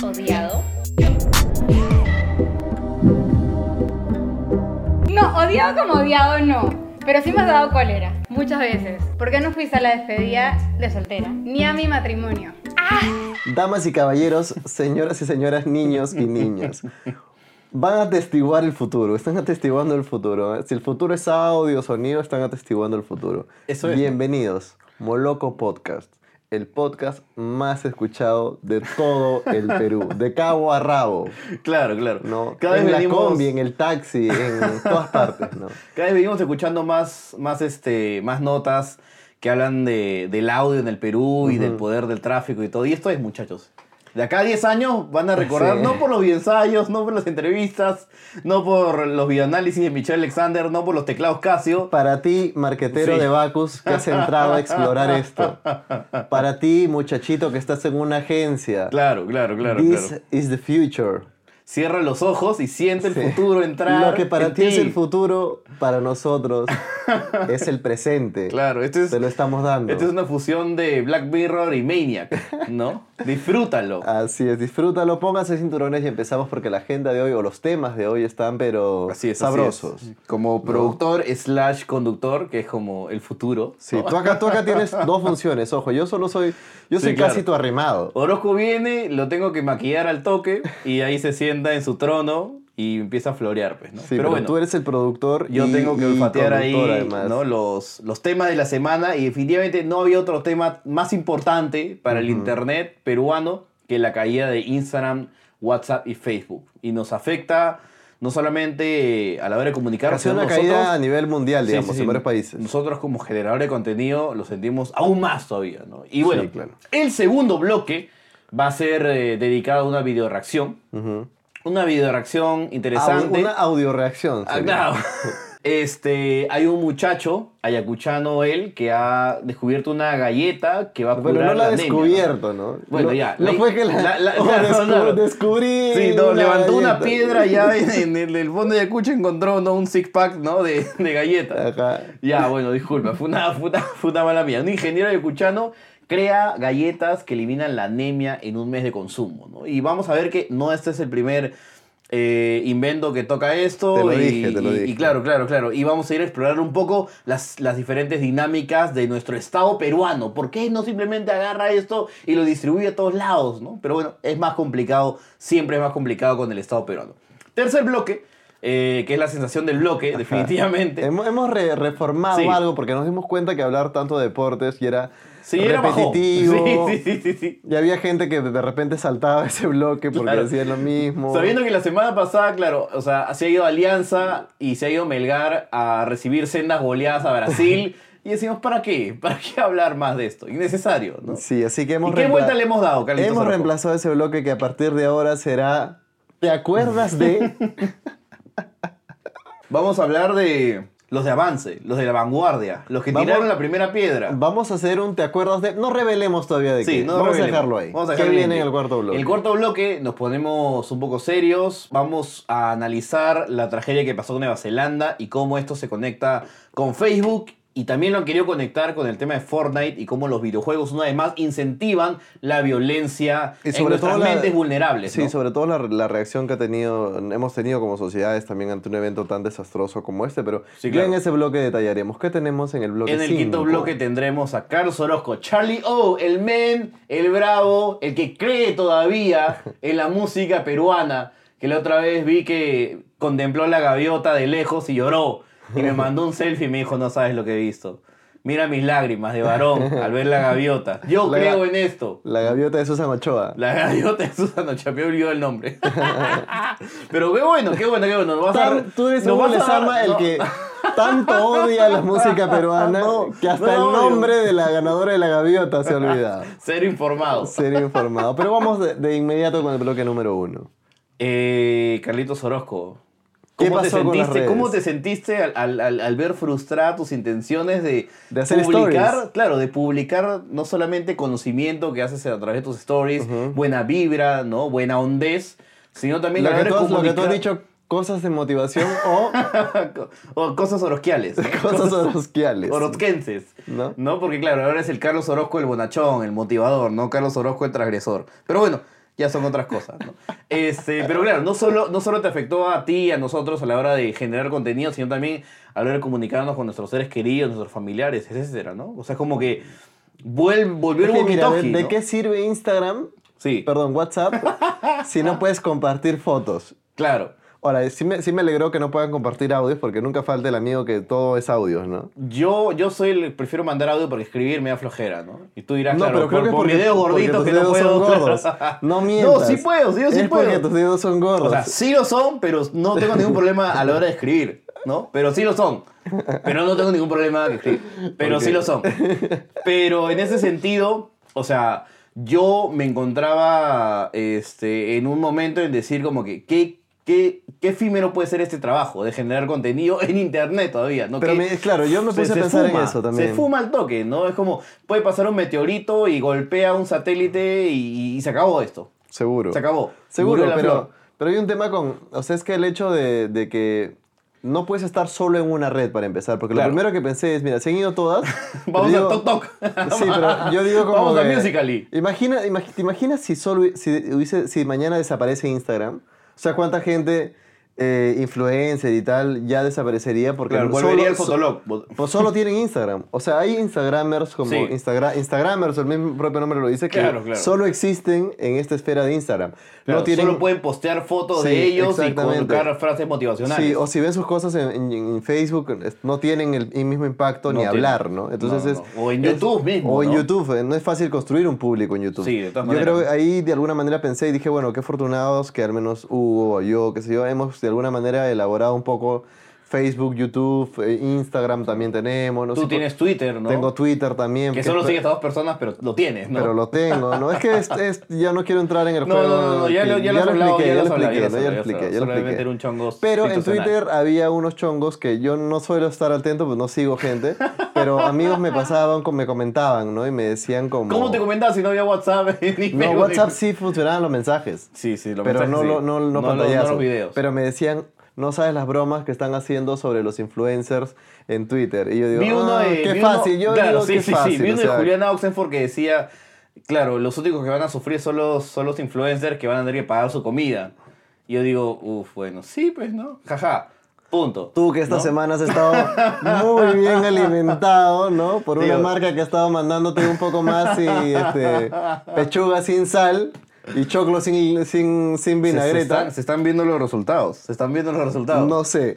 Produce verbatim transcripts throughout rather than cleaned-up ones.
odiado? No, odiado como odiado no, pero sí me has dado cólera, muchas veces. ¿Por qué no fuiste a la despedida de soltera? Ni a mi matrimonio. ¡Ah! Damas y caballeros, señoras y señoras, niños y niñas. Van a atestiguar el futuro, están atestiguando el futuro. Si el futuro es audio, sonido, están atestiguando el futuro. Eso es. Bienvenidos, Moloco Podcast, el podcast más escuchado de todo el Perú, de cabo a rabo. Claro, claro. ¿No? Cada en vez la venimos, combi, en el taxi, en todas partes, ¿no? cada vez venimos escuchando más, más, este, más notas que hablan de, del audio en el Perú y Uh-huh. del poder del tráfico y todo. Y esto es, muchachos, de acá a diez años van a recordar, Sí. no por los videoensayos, no por las entrevistas, no por los videoanálisis de Michelle Alexander, no por los teclados Casio. Para ti, marquetero Sí. de Bacus, que has entrado a explorar esto. Para ti, muchachito que estás en una agencia. Claro, claro, claro, This claro. is the future. Cierra los ojos y siente el Sí. futuro entrar. Lo que para en ti es el futuro, para nosotros es el presente. Claro, esto es, Te lo estamos dando. esto es una fusión de Black Mirror y Maniac, ¿no? Disfrútalo. Así es, disfrútalo, pónganse cinturones y empezamos porque la agenda de hoy o los temas de hoy están pero Así es, sabrosos. así es. Como productor slash conductor, que es como el futuro. Sí, ¿no? tú acá, tú acá tienes dos funciones, ojo, yo solo soy, yo Sí, soy claro. casi tu arrimado. Orozco viene, lo tengo que maquillar al toque y ahí se sienta en su trono y empieza a florear, pues, ¿no? Sí, pero, bueno, tú eres el productor yo y, tengo que y olfatear ahí, conductor, además. ¿no? los, los temas de la semana y definitivamente no había otro tema más importante para el Ujú. internet peruano que la caída de Instagram, WhatsApp y Facebook. Y nos afecta no solamente a la hora de comunicar, Ha sido sino una nosotros- caída a nivel mundial, Sí, digamos, sí, sí. en varios países. Nosotros como generadores de contenido lo sentimos aún más todavía, ¿no? Y bueno, Sí, claro. el segundo bloque va a ser eh, dedicado a una video reacción. Ujú. Una video reacción Au- interesante. una audioreacción. Ah, sería. claro. Este, hay un muchacho, ayacuchano él, que ha descubierto una galleta que va a curar Pero no la ha anemia, ¿no? descubierto, ¿no? Bueno, No- ya, No la- fue que la, la- la- oh, claro, descu- claro. descubrí. Sí, no, levantó una galleta. piedra ya en, en el, el fondo de Ayacucho encontró, ¿no? Un six pack, ¿no? De, de galletas. Ajá. Ya, bueno, disculpa, fue una, fue, una, fue una mala mía. Un ingeniero ayacuchano crea galletas que eliminan la anemia en un mes de consumo, ¿no? Y vamos a ver que no este es el primer eh, invento que toca esto. Te lo y, dije, te lo y- dije. y claro, claro, claro. Y vamos a ir a explorar un poco las, las diferentes dinámicas de nuestro Estado peruano. ¿Por qué no simplemente agarra esto y lo distribuye a todos lados, ¿no? Pero bueno, es más complicado, siempre es más complicado con el Estado peruano. Tercer bloque, eh, que es la sensación del bloque, definitivamente. Hemos, hemos re- reformado Sí. algo porque nos dimos cuenta que hablar tanto de deportes y era Sí, era bajón. repetitivo. Sí, sí, sí, sí. Y había gente que de repente saltaba ese bloque porque Claro. decía lo mismo. Sabiendo que la semana pasada, claro, o sea, se ha ido Alianza y se ha ido Melgar a recibir sendas goleadas a Brasil. Y decimos, ¿para qué? ¿Para qué hablar más de esto? Innecesario, ¿no? Sí, así que hemos ¿Y qué reempla- vuelta le hemos dado, Carlitos Hemos Orozco? reemplazado ese bloque que a partir de ahora será... ¿Te acuerdas de...? Vamos a hablar de los de avance, los de la vanguardia, los que Vamos- tiraron la primera piedra. Vamos a hacer un ¿te acuerdas de...? No revelemos todavía de Sí, qué. no Vamos revelemos. a dejarlo ahí. Vamos a ¿Qué dejarlo viene ahí. en el cuarto bloque? En el cuarto bloque nos ponemos un poco serios. Vamos a analizar la tragedia que pasó en Nueva Zelanda y cómo esto se conecta con Facebook. Y también lo han querido conectar con el tema de Fortnite y cómo los videojuegos, una vez más, incentivan la violencia Y en sobre nuestras todo la- mentes vulnerables. Sí, ¿no? sobre todo la, la reacción que ha tenido, hemos tenido como sociedades también ante un evento tan desastroso como este, pero Sí, ya claro. en ese bloque detallaremos. ¿Qué tenemos en el bloque En el quinto cinco? bloque tendremos a Carlos Orozco, Charlie O, el men, el bravo, el que cree todavía en la música peruana, que la otra vez vi que contempló la gaviota de lejos y lloró. Y me mandó un selfie y me dijo, no sabes lo que he visto. Mira mis lágrimas de varón al ver la gaviota. Yo La creo ga- en esto. La gaviota de Susan Ochoa. La gaviota de Susana Ochoa, me olvidó el nombre. Pero qué bueno, qué bueno, qué bueno. Nos vas a dar- Tan- Tú eres nos Hugo vas a dar- Lezama, el no. que tanto odia la música peruana No, que hasta no el odio. nombre de la ganadora de la gaviota se ha olvidado. Ser informado. Ser informado. Pero vamos de, de inmediato con el bloque número uno. Eh, Carlitos Orozco. ¿Qué ¿Cómo te, pasó con las sentiste, redes? ¿Cómo te sentiste al, al- al- al ver frustradas tus intenciones de, De hacer publicar, stories. claro, de publicar no solamente conocimiento que haces a través de tus stories, Ujú. buena vibra, ¿no? Buena hondez, sino también Lo a la que, hora tú, de has- lo que tú has comunicar- dicho, cosas de motivación o o cosas orosquiales. ¿no? cosas orosquiales. Orozquenses. ¿No? ¿No? Porque claro, ahora es el Carlos Orozco el bonachón, el motivador, no Carlos Orozco el transgresor. Pero bueno, ya son otras cosas, ¿no? Este, pero claro, no solo, no solo te afectó a ti, a nosotros a la hora de generar contenido, sino también a la hora de comunicarnos con nuestros seres queridos, nuestros familiares, etcétera, ¿no? O sea, es como que vuel, volver Es que un mira, walkie-talkie, ¿de, de ¿no? qué sirve Instagram, Sí, perdón, WhatsApp, si no puedes compartir fotos? claro. Ahora, sí me, sí me alegró que no puedan compartir audios porque nunca falta el amigo que todo es audios, ¿no? Yo, yo soy el, prefiero mandar audio porque escribir me da flojera, ¿no? Y tú dirás, No, claro, pero creo por, que por porque- mis dedos porque gorditos tus que no dedos puedo. son gordos. No mientas. No, sí puedo, sí, yo sí es puedo. porque tus dedos son gordos. O sea, sí lo son, pero no tengo ningún problema a la hora de escribir, ¿no? Pero sí lo son. Pero no tengo ningún problema de escribir. Pero ¿Por qué? sí lo son. Pero en ese sentido, o sea, yo me encontraba este, en un momento en decir como que, ¿qué, qué, qué efímero puede ser este trabajo de generar contenido en internet todavía? ¿No? Pero Que me- claro, yo me se- puse a se pensar en fuma, eso también. Se fuma al toque, ¿no? Es como, puede pasar un meteorito y golpea un satélite y, y se acabó esto. Seguro. Se acabó. Seguro, Murió la pero, flor. pero hay un tema con... O sea, es que el hecho de, de que no puedes estar solo en una red para empezar. Porque Claro. lo primero que pensé es, mira, se han ido todas. Vamos pero a digo- Tok Tok. Sí, pero yo digo como Vamos a que- Musical.ly. Imagina, imagi- ¿te imaginas si solo si, hubiese, si mañana desaparece Instagram? O sea, ¿cuánta gente, eh, influencer y tal, ya desaparecería? Porque Claro, solo- volvería el so- Fotolog. Pues solo tienen Instagram. O sea, hay Instagramers como Sí. Instagra- Instagramers, el mismo propio nombre lo dice, que Claro, claro. solo existen en esta esfera de Instagram. Claro, no tienen, Solo pueden postear fotos Sí, de ellos y exactamente. colocar frases motivacionales. Sí, o si ven sus cosas en, en- en Facebook, es- no tienen el, el mismo impacto No ni tienen. hablar, ¿no? Entonces No, es, no. O en es- YouTube mismo, O en ¿no? YouTube, eh, no es fácil construir un público en YouTube. Sí, de todas Yo maneras. creo que ahí de alguna manera pensé y dije, bueno, qué afortunados que al menos Hugo o yo, qué sé yo, hemos de alguna manera elaborado un poco Facebook, YouTube, eh, Instagram también tenemos. No Tú sé, tienes Twitter, ¿no? Tengo Twitter también. que que solo es- sigues a dos personas, pero lo tienes, ¿no? Pero lo tengo, ¿no? Es que es, es- ya no quiero entrar en el No, juego. no, no, no, ya, que- lo, ya lo has hablado, expliqué, ya lo has lo hablado, expliqué, ya ¿no? lo Ya has lo hablado, expliqué, ya lo solamente expliqué. era un chongos Pero en institucional. Twitter había unos chongos que yo no suelo estar al tanto, pues no sigo gente, pero amigos me pasaban, me comentaban, ¿no? Y me decían como... ¿Cómo te comentabas si no había WhatsApp? Ni No, Facebook, WhatsApp ni- sí funcionaban los mensajes. Sí, sí, los Pero mensajes no, sí. lo- no, no, no, pantallazos. no los videos. Pero me decían, no sabes las bromas que están haciendo sobre los influencers en Twitter. Y yo digo, vi uno ah, de... qué vi fácil. uno- Yo claro, digo, sí, qué sí, fácil. sí. Vi o uno de sea, Julián Oxenford que decía, claro, los únicos que van a sufrir son los, son los influencers que van a tener que pagar su comida. Y yo digo, uff, bueno, sí, pues, ¿no? Jaja, punto. Tú que esta ¿no? semana has estado muy bien alimentado, ¿no? Por una Tío. marca que ha estado mandándote un poco más y este, pechuga sin sal y choclo sin, sin, sin Se- Se, vinagreta. están, se están viendo los resultados. Se están viendo los resultados. No sé.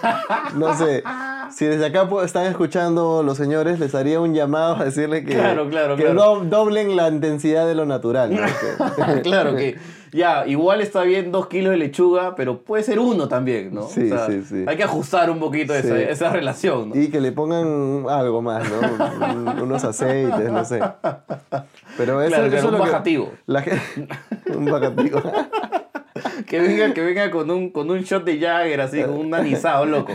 No sé. Si desde acá pues, están escuchando los señores, les haría un llamado a decirle que, Claro, claro, que claro. do- doblen la intensidad de lo natural. ¿no? Que- Claro que ya, igual está bien dos kilos de lechuga, pero puede ser uno también, ¿no? Sí, sí, sí. Hay que ajustar un poquito esa, Sí. esa relación, ¿no? Y que le pongan algo más, ¿no? Un- Unos aceites, no sé. Pero eso, Claro, eso claro, es un lo que- bajativo. la gen- un bajativo. Que venga, que venga con un, con un shot de Jagger, así, con un anisado, loco.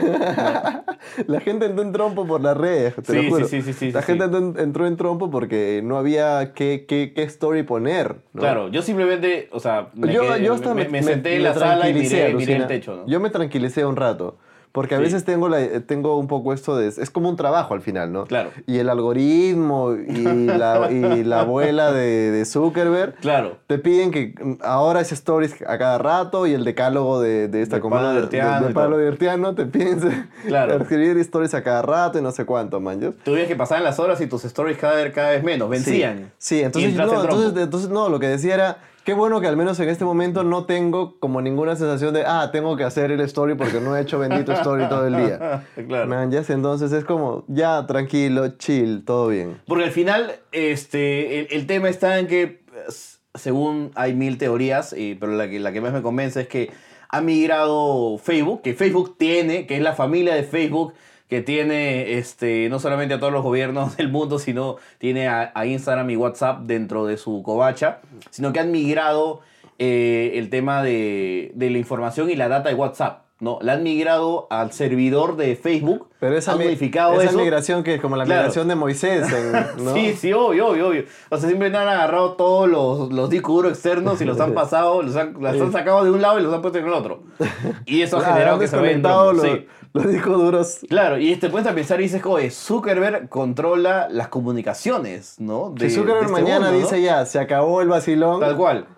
La gente entró en trompo por las redes, te Sí, lo juro. sí, sí, sí, sí, La sí, gente sí. entró en- entró en trompo porque no había qué, qué, qué story poner. ¿no? Claro, yo simplemente, o sea, me, yo, quedé- yo hasta me, me, me me- senté en me la sala y tranquilicé, miré, miré el alucina. techo, ¿no? Yo me tranquilicé un rato. Porque a Sí. veces tengo, la, tengo un poco esto de... Es como un trabajo al final, ¿no? Claro. Y el algoritmo y la, y la abuela de, de Zuckerberg Claro. te piden que mm, ahora es stories a cada rato y el decálogo de, de esta De comunidad Pablo de, Bertiano de y Pablo todo. Bertiano te piden Claro. escribir stories a cada rato y no sé cuánto, man. Yo- Tuvieras que pasar las horas y tus stories cada vez, cada vez menos, vencían. Sí, Y entonces, entraste no, en trompo. entonces, entonces no, lo que decía era, qué bueno que al menos en este momento no tengo como ninguna sensación de, ah, tengo que hacer el story porque no he hecho bendito story todo el día. Claro. Man, ya sé, entonces es como, ya, tranquilo, chill, todo bien. Porque al final, este, el, el tema está en que, s- según hay mil teorías, y, pero la que, la que más me convence es que ha migrado Facebook, que Facebook tiene, que es la familia de Facebook, que tiene este, no solamente a todos los gobiernos del mundo, sino tiene a, a Instagram y WhatsApp dentro de su covacha, sino que han migrado eh, el tema de, de la información y la data de WhatsApp. ¿No? La han migrado al servidor de Facebook. Pero esa, han mi- modificado esa eso. migración que es como la Claro. migración de Moisés, en- ¿no? Sí, sí, obvio, obvio, obvio. O sea, simplemente han agarrado todos los, los discos duros externos y los han pasado, los han, los han sacado de un lado y los han puesto en el otro. Y eso ha Claro, generado han que se vayan desconectado trompos, los, sí. los discos duros. Claro, y te pones a pensar y dices, oye, Zuckerberg controla las comunicaciones, ¿no? De- Si Zuckerberg de este mañana mundo, ¿no? dice ya, se acabó el vacilón, Tal cual.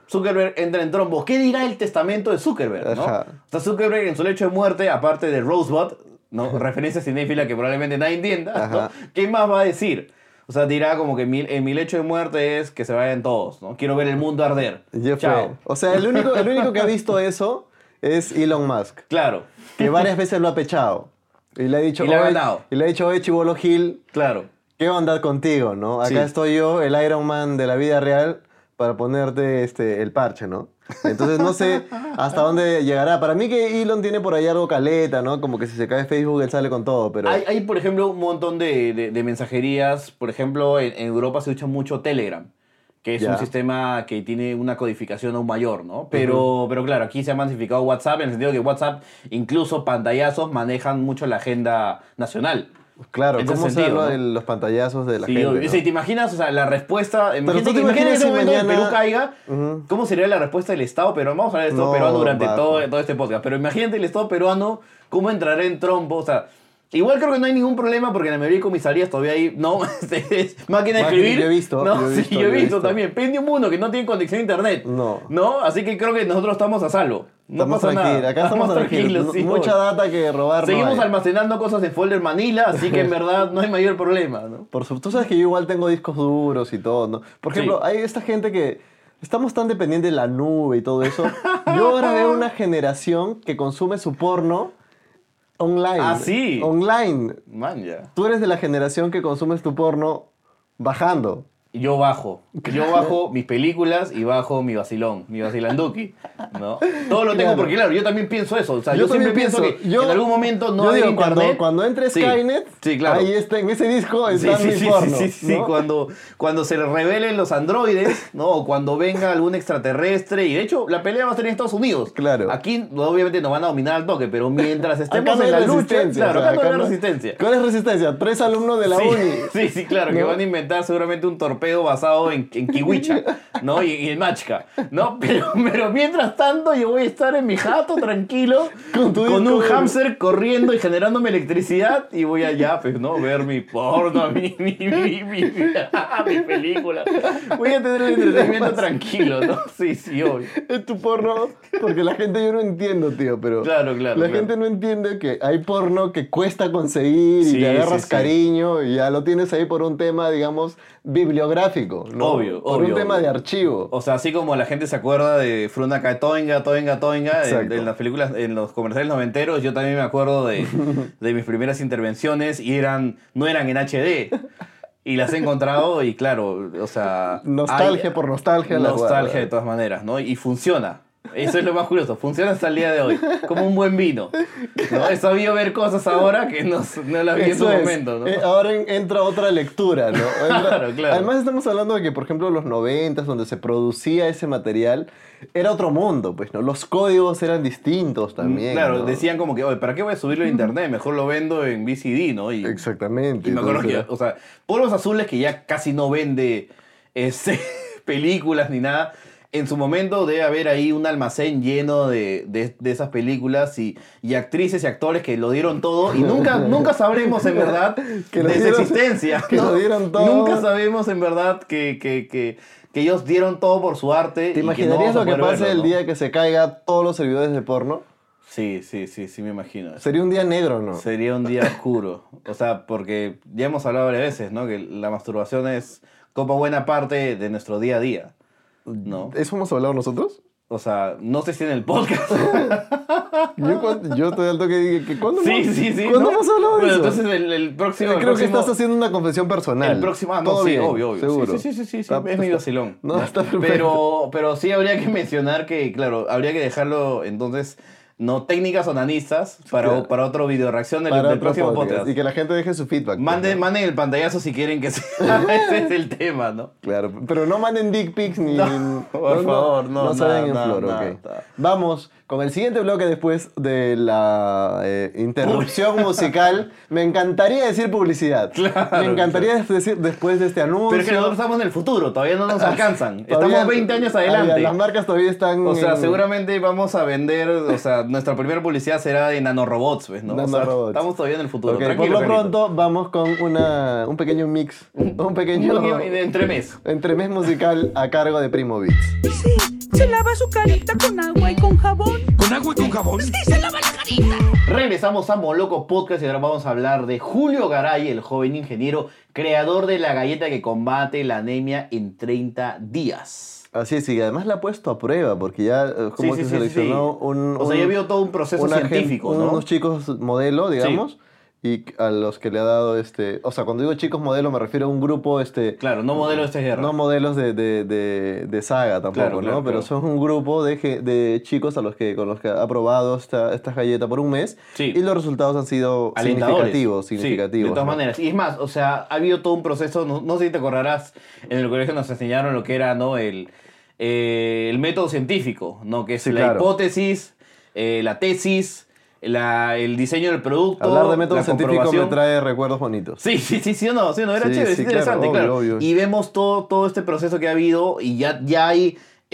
Zuckerberg entra en trombo. ¿Qué dirá el testamento de Zuckerberg, no? Ajá. O sea, Zuckerberg en su lecho de muerte, aparte de Rosebud, ¿no? Referencia cinéfila que probablemente nadie entienda, ¿no? Ajá. ¿Qué más va a decir? O sea, dirá como que mi, en mi lecho de muerte es que se vayan todos, ¿no? Quiero ver el mundo arder. Ya fue. Chao. O sea, el único, el único que ha visto eso es Elon Musk, Claro, que varias veces lo ha pechado. Y le ha dicho, Y le ha "Oye", ganado. y le ha dicho, oye, Chibolo Gil, claro. ¿qué onda contigo, no? Acá Sí. estoy yo, el Iron Man de la vida real, para ponerte este, el parche, ¿no? Entonces no sé hasta dónde llegará. Para mí que Elon tiene por ahí algo caleta, ¿no? Como que si se cae Facebook él sale con todo, pero... Hay, hay, por ejemplo, un montón de, de- de mensajerías. Por ejemplo, en, en Europa se usa mucho Telegram, que es Ya. un sistema que tiene una codificación aún mayor, ¿no? Pero, pero claro, aquí se ha masificado WhatsApp en el sentido que WhatsApp, incluso pantallazos, manejan mucho la agenda nacional. Claro, en ese ¿cómo se sentido, habla ¿no? de los pantallazos de la Sí, gente? obvio. ¿no? Si te imaginas, o sea, la respuesta... Imagínate, tú te que- imagínate imaginas ese si momento que el mañana- Perú caiga, Ujú. ¿cómo sería la respuesta del Estado peruano? Vamos a hablar del Estado No, peruano durante bajo. todo, todo este podcast, pero imagínate el Estado peruano, ¿cómo entrará en trompo? O sea... Igual creo que no hay ningún problema porque en la mayoría de comisarías todavía hay, no, es máquina de Máquina, escribir. yo he visto, no, yo he sí, visto, yo he yo he visto, visto. también. Pentium uno que no tiene conexión a internet. No. ¿No? Así que creo que nosotros estamos a salvo. No Estamos pasa tranquilos, nada. acá estamos tranquilos. sí, Mucha obvio. data que robar no Seguimos hay. almacenando cosas en folder Manila, así que en verdad no hay mayor problema, ¿no? Por supuesto, tú sabes que yo igual tengo discos duros y todo, ¿no? Por Sí. ejemplo, hay esta gente que estamos tan dependientes de la nube y todo eso. Yo ahora veo una generación que consume su porno online. Ah, sí. Online. Man, ya. Tú eres de la generación que consumes tu porno bajando. Yo bajo. Yo bajo mis películas y bajo mi vacilón, mi vacilanduki, ¿no? Todo lo tengo Claro. porque, claro, yo también pienso eso. O sea, yo, también siempre pienso, que yo- en algún momento no yo hay digo, internet. Cuando, cuando entre Sí, Skynet, sí, claro. ahí está, en ese disco Sí, está sí, mi sí, porno. sí, sí, sí, ¿no? cuando, cuando se revelen los androides, ¿no? O cuando venga algún extraterrestre. Y de hecho, la pelea va a ser en Estados Unidos. Claro. Aquí, obviamente, nos van a dominar al toque, pero mientras estemos Acá no en hay la lucha. resistencia, Claro, o sea, acá no hay acá no- resistencia. ¿Cuál es resistencia? Tres alumnos de la sí, uni. Sí, sí, claro, que ¿No? van a inventar seguramente un torpedo basado en, en kiwicha, ¿no? Y, y en machka, ¿no? Pero, pero mientras tanto yo voy a estar en mi jato tranquilo, Con tu con disco un duro. hámster corriendo y generándome electricidad y voy allá, pues, ¿no? Ver mi porno, mi, mi, mi, mi, mi, mi película. Voy a tener el entretenimiento tranquilo, ¿no? Sí, sí, obvio. Es tu porno, porque la gente yo no entiendo, tío, pero Claro, claro, la claro. gente no entiende que hay porno que cuesta conseguir Sí, y le agarras sí, sí. cariño y ya lo tienes ahí por un tema, digamos, bibliográfico, ¿no? Obvio, por obvio, un tema obvio. de archivo. O sea, así como la gente se acuerda de Frunaka Toinga, Toinga, Toinga, en, Exacto. en las películas, en los comerciales noventeros, yo también me acuerdo de, de mis primeras intervenciones y eran, no eran en H D. Y las he encontrado y claro, o sea... Nostalgia hay- por nostalgia. la Nostalgia guarda. de todas maneras, ¿no? Y funciona. Eso es lo más curioso. Funciona hasta el día de hoy. Como un buen vino. ¿No? He sabido ver cosas ahora que no, no las vi en su Eso es. momento, ¿no? Eh, ahora en- entra otra lectura, ¿no? Entra- Claro, claro. Además estamos hablando de que, por ejemplo, los noventas, donde se producía ese material, era otro mundo, pues, ¿no? Los códigos eran distintos también. Claro, ¿no? decían como que, oye, ¿para qué voy a subirlo a internet? Mejor lo vendo en V C D, ¿no? Y, Exactamente. y me acuerdo que, entonces- o sea, Polvos Azules, que ya casi no vende este, películas ni nada, en su momento debe haber ahí un almacén lleno de, de, de esas películas y, y actrices y actores que lo dieron todo y nunca, nunca sabremos en verdad Que lo de dieron- su existencia. que ¿no? lo dieron todo. Nunca sabemos en verdad que, que, que, que ellos dieron todo por su arte. ¿Te y que no imaginarías vamos a lo que poder pase verlo, el ¿no? día que se caiga todos los servidores de porno? Sí, sí, sí, sí me imagino eso. Sería un día negro, ¿no? Sería un día oscuro. O sea, porque ya hemos hablado varias veces, ¿no? Que la masturbación es como buena parte de nuestro día a día, ¿no? ¿Eso hemos hablado nosotros? O sea, no sé si en el podcast. Yo, cuan- yo estoy al toque dije que ¿cuándo Sí, hemos, sí, sí. ¿cuándo ¿no? hemos hablado de Bueno, eso? entonces el, el próximo... Creo el que próximo- estás haciendo una confesión personal. El próximo, ah, no, Todo sí, bien, obvio, obvio. Seguro. Sí, sí, sí, sí, sí, Está- es mi está- vacilón. No, está perfecto. Pero, pero sí habría que mencionar que, claro, habría que dejarlo entonces, no técnicas onanistas para, Claro. para otro video reacción del, Para del otro próximo podcast. podcast. Y que la gente deje su feedback. pues, Manden, ¿no? manden el pantallazo si quieren que sea. Ese es el tema, ¿no? Claro, pero no manden dick pics ni... No, por favor, no, No se nada, den en nada, flor, nada, ok. nada. Vamos con el siguiente bloque después de la eh, interrupción musical. Me encantaría decir publicidad. Claro, Me encantaría decir después de este anuncio. Pero es que nosotros estamos en el futuro, todavía no nos alcanzan. Todavía- Estamos veinte años adelante. todavía Las marcas todavía están... O sea, en- seguramente vamos a vender, o sea, nuestra primera publicidad será de nanorobots, ¿ves? ¿no? O sea, Nanorobots. estamos todavía en el futuro. Ok, por Tranquilo, lo Carlito. pronto vamos con una, un pequeño mix, un pequeño Un entremés. entremés musical a cargo de Primo Beats. You see, Se lava su carita con agua y con jabón. ¿Con agua y con jabón? Sí, se lava la carita. Regresamos a Moloco Podcast y ahora vamos a hablar de Julio Garay, el joven ingeniero, creador de la galleta que combate la anemia en treinta días. Así es, y además la ha puesto a prueba, porque ya eh, como Sí, se sí, sí, seleccionó sí. un, O sea, un- ya vio todo un proceso una gen- científico, ¿no? unos chicos modelo, digamos, y a los que le ha dado este... O sea, cuando digo chicos modelo me refiero a un grupo... este Claro, no modelo de este guerra. No modelos de, de, de, de saga tampoco, Claro, ¿no? claro, Pero claro. son un grupo de, ge- de chicos a los que, con los que ha probado esta, esta galleta por un mes Sí. y los resultados han sido Alentadores. significativos, Sí, significativos. de todas ¿no? maneras. Y es más, o sea, ha habido todo un proceso, no, no sé si te acordarás, en el colegio nos enseñaron lo que era, ¿no? El, eh, el método científico, ¿no? Que es Sí, la claro. hipótesis, eh, la tesis, la, el diseño del producto, Hablar de método la científico me comprobación. trae recuerdos bonitos. Sí, sí, sí, sí o no, sí o no, era Sí, chévere, sí, es interesante, claro, claro. obvio, obvio. Y vemos todo, todo este proceso que ha habido y ya, ya hay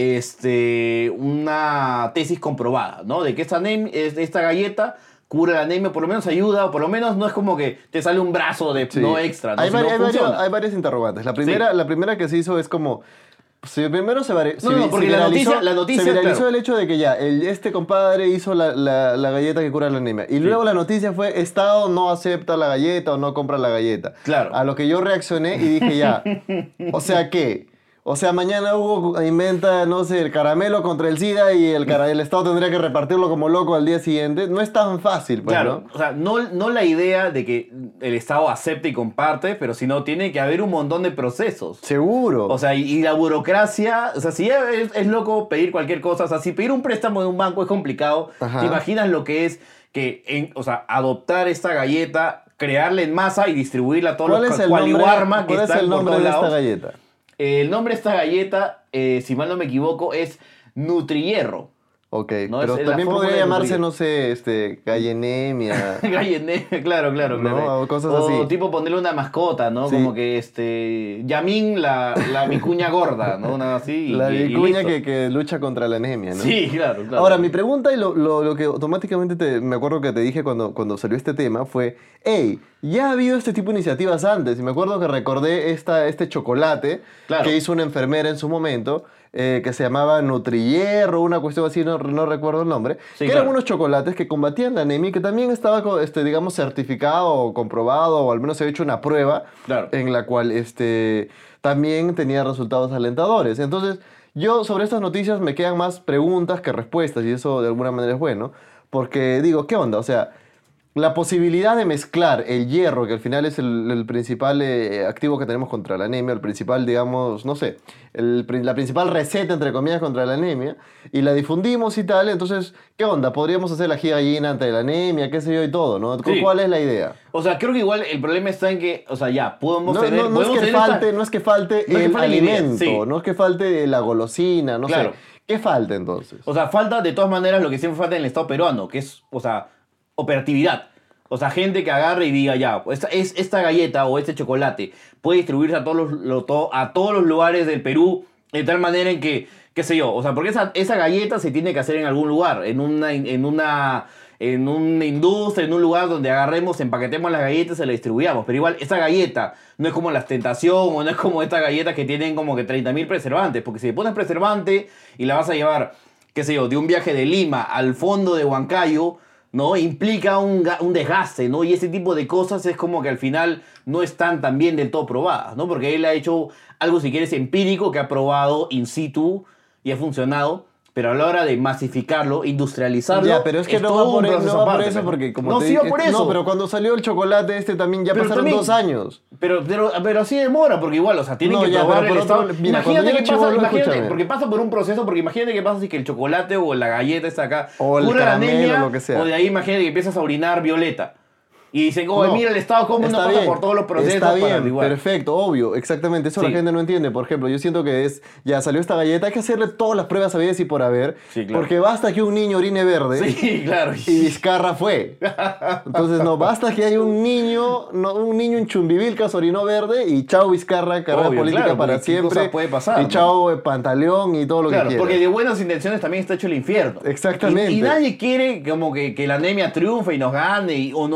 este, una tesis comprobada, ¿no? De que esta, anem- es- esta galleta cura la anemia, por lo menos ayuda, o por lo menos no es como que te sale un brazo de Sí. no extra, ¿no? Hay, Sino vari- hay varios- funciona. hay varias interrogantes. La primera, la primera que se hizo es como... Si primero se, vari- se No, no, vi- porque se la viralizó, noticia- la noticia, se viralizó claro. el hecho de que ya, el, este compadre hizo la, la- la galleta que cura la anemia. Y luego la noticia fue, Estado no acepta la galleta o no compra la galleta. Claro. A lo que yo reaccioné y dije ya, o sea, ¿qué? O sea, mañana Hugo inventa, no sé, el caramelo contra el SIDA y el, cara- el Estado tendría que repartirlo como loco al día siguiente. No es tan fácil, pues, Claro, ¿no? o sea, no, no la idea de que el Estado acepte y comparte, pero sino tiene que haber un montón de procesos. Seguro. O sea, y, y la burocracia, o sea, si ya es, es loco pedir cualquier cosa, o sea, si pedir un préstamo de un banco es complicado, Ajá. ¿te imaginas lo que es que, en, o sea, adoptar esta galleta, crearla en masa y distribuirla a todos ¿Cuál los es el nombre, cualiwarma que cuál es están el por nombre todos de esta lados? galleta? El nombre de esta galleta, eh, si mal no me equivoco, es Nutrihierro. Ok, No, pero es la también fórmula podría de llamarse, nutrir. no sé, este, gallenemia. Gallené, claro, claro, ¿No? claro. O cosas o así. tipo ponerle una mascota, ¿no? Sí. Como que este. Yamin, la, la vicuña gorda, ¿no? Una así. y- La y- y vicuña listo. que, que lucha contra la anemia, ¿no? Sí, claro, claro. Ahora, mi pregunta y lo, lo- lo que automáticamente te- me acuerdo que te dije cuando, cuando salió este tema fue, hey, ya ha habido este tipo de iniciativas antes. Y me acuerdo que recordé esta, este chocolate Claro. que hizo una enfermera en su momento, eh, que se llamaba Nutrihierro, una cuestión así, no, no recuerdo el nombre, Sí, que eran claro. unos chocolates que combatían la anemia y que también estaba, co- este, digamos, certificado o comprobado, o al menos se había hecho una prueba Claro. en la cual este, también tenía resultados alentadores. Entonces, yo sobre estas noticias me quedan más preguntas que respuestas y eso de alguna manera es bueno, porque digo, ¿qué onda? O sea, la posibilidad de mezclar el hierro, que al final es el, el principal eh, activo que tenemos contra la anemia, el principal, digamos, no sé, el pri- la principal receta, entre comillas, contra la anemia, y la difundimos y tal, entonces, ¿qué onda? Podríamos hacer la gallina ante la anemia, qué sé yo y todo, ¿no? Sí. ¿Cuál es la idea? O sea, creo que igual el problema está en que, o sea, ya, podemos No, tener. no, no es podemos que tener esta- falte, no es que falte no es que el falte la idea, alimento, sí. no es que falte la golosina, no Claro. sé. ¿Qué falta entonces? O sea, falta de todas maneras lo que siempre falta en el Estado peruano, que es, o sea, operatividad. O sea, gente que agarre y diga, ya, esta, es, esta galleta o este chocolate puede distribuirse a todos los, lo- to- a todos los lugares del Perú de tal manera en que, qué sé yo, o sea, porque esa, esa galleta se tiene que hacer en algún lugar, en una, en una, en una industria, en un lugar donde agarremos, empaquetemos las galletas y se las distribuyamos. Pero igual, esa galleta no es como las Tentación o no es como estas galletas que tienen como que treinta mil preservantes, porque si le pones preservante y la vas a llevar, qué sé yo, de un viaje de Lima al fondo de Huancayo, ¿no? Implica un, ga- un desgaste, ¿no? Y ese tipo de cosas es como que al final no están tan bien del todo probadas, ¿no? Porque él ha hecho algo, si quieres, empírico, que ha probado in situ y ha funcionado, pero a la hora de masificarlo, industrializarlo, Ya, pero es que no va todo por, un e- no proceso va por aparte, eso, pero- porque como No, te sí va dije- por eso. No, pero cuando salió el chocolate este también ya Pero pasaron también- dos años. Pero, pero, pero así demora, porque igual, o sea, tienen No, que ya, probar pero el por otro- estado. mira, cuando imagínate yo que era pasa, chibolo, imagínate, escúchame. porque pasa por un proceso, porque imagínate que pasa si que el chocolate o la galleta está acá, O el cura la caramelo, anemia, lo que sea. o de ahí imagínate que empiezas a orinar violeta. Y dicen, oh, No, mira el Estado cómo no está pasa bien, por todos los procesos Está para bien, averiguar. perfecto, obvio, exactamente. Eso Sí. la gente no entiende. Por ejemplo, yo siento que es, ya salió esta galleta, hay que hacerle todas las pruebas habidas y por haber. Sí, claro. Porque basta que un niño orine verde Sí, claro. y Vizcarra fue. Entonces, no, basta que haya un niño, no, un niño en Chumbivilcas orinó verde y chao Vizcarra, carrera Obvio, política claro, para porque qué cosa siempre. puede pasar, y ¿no? chao eh, Pantaleón y todo lo Claro, que quieras. porque de buenas intenciones también está hecho el infierno. Exactamente. Y, y nadie quiere como que, que la anemia triunfe y nos gane, y- o no sé,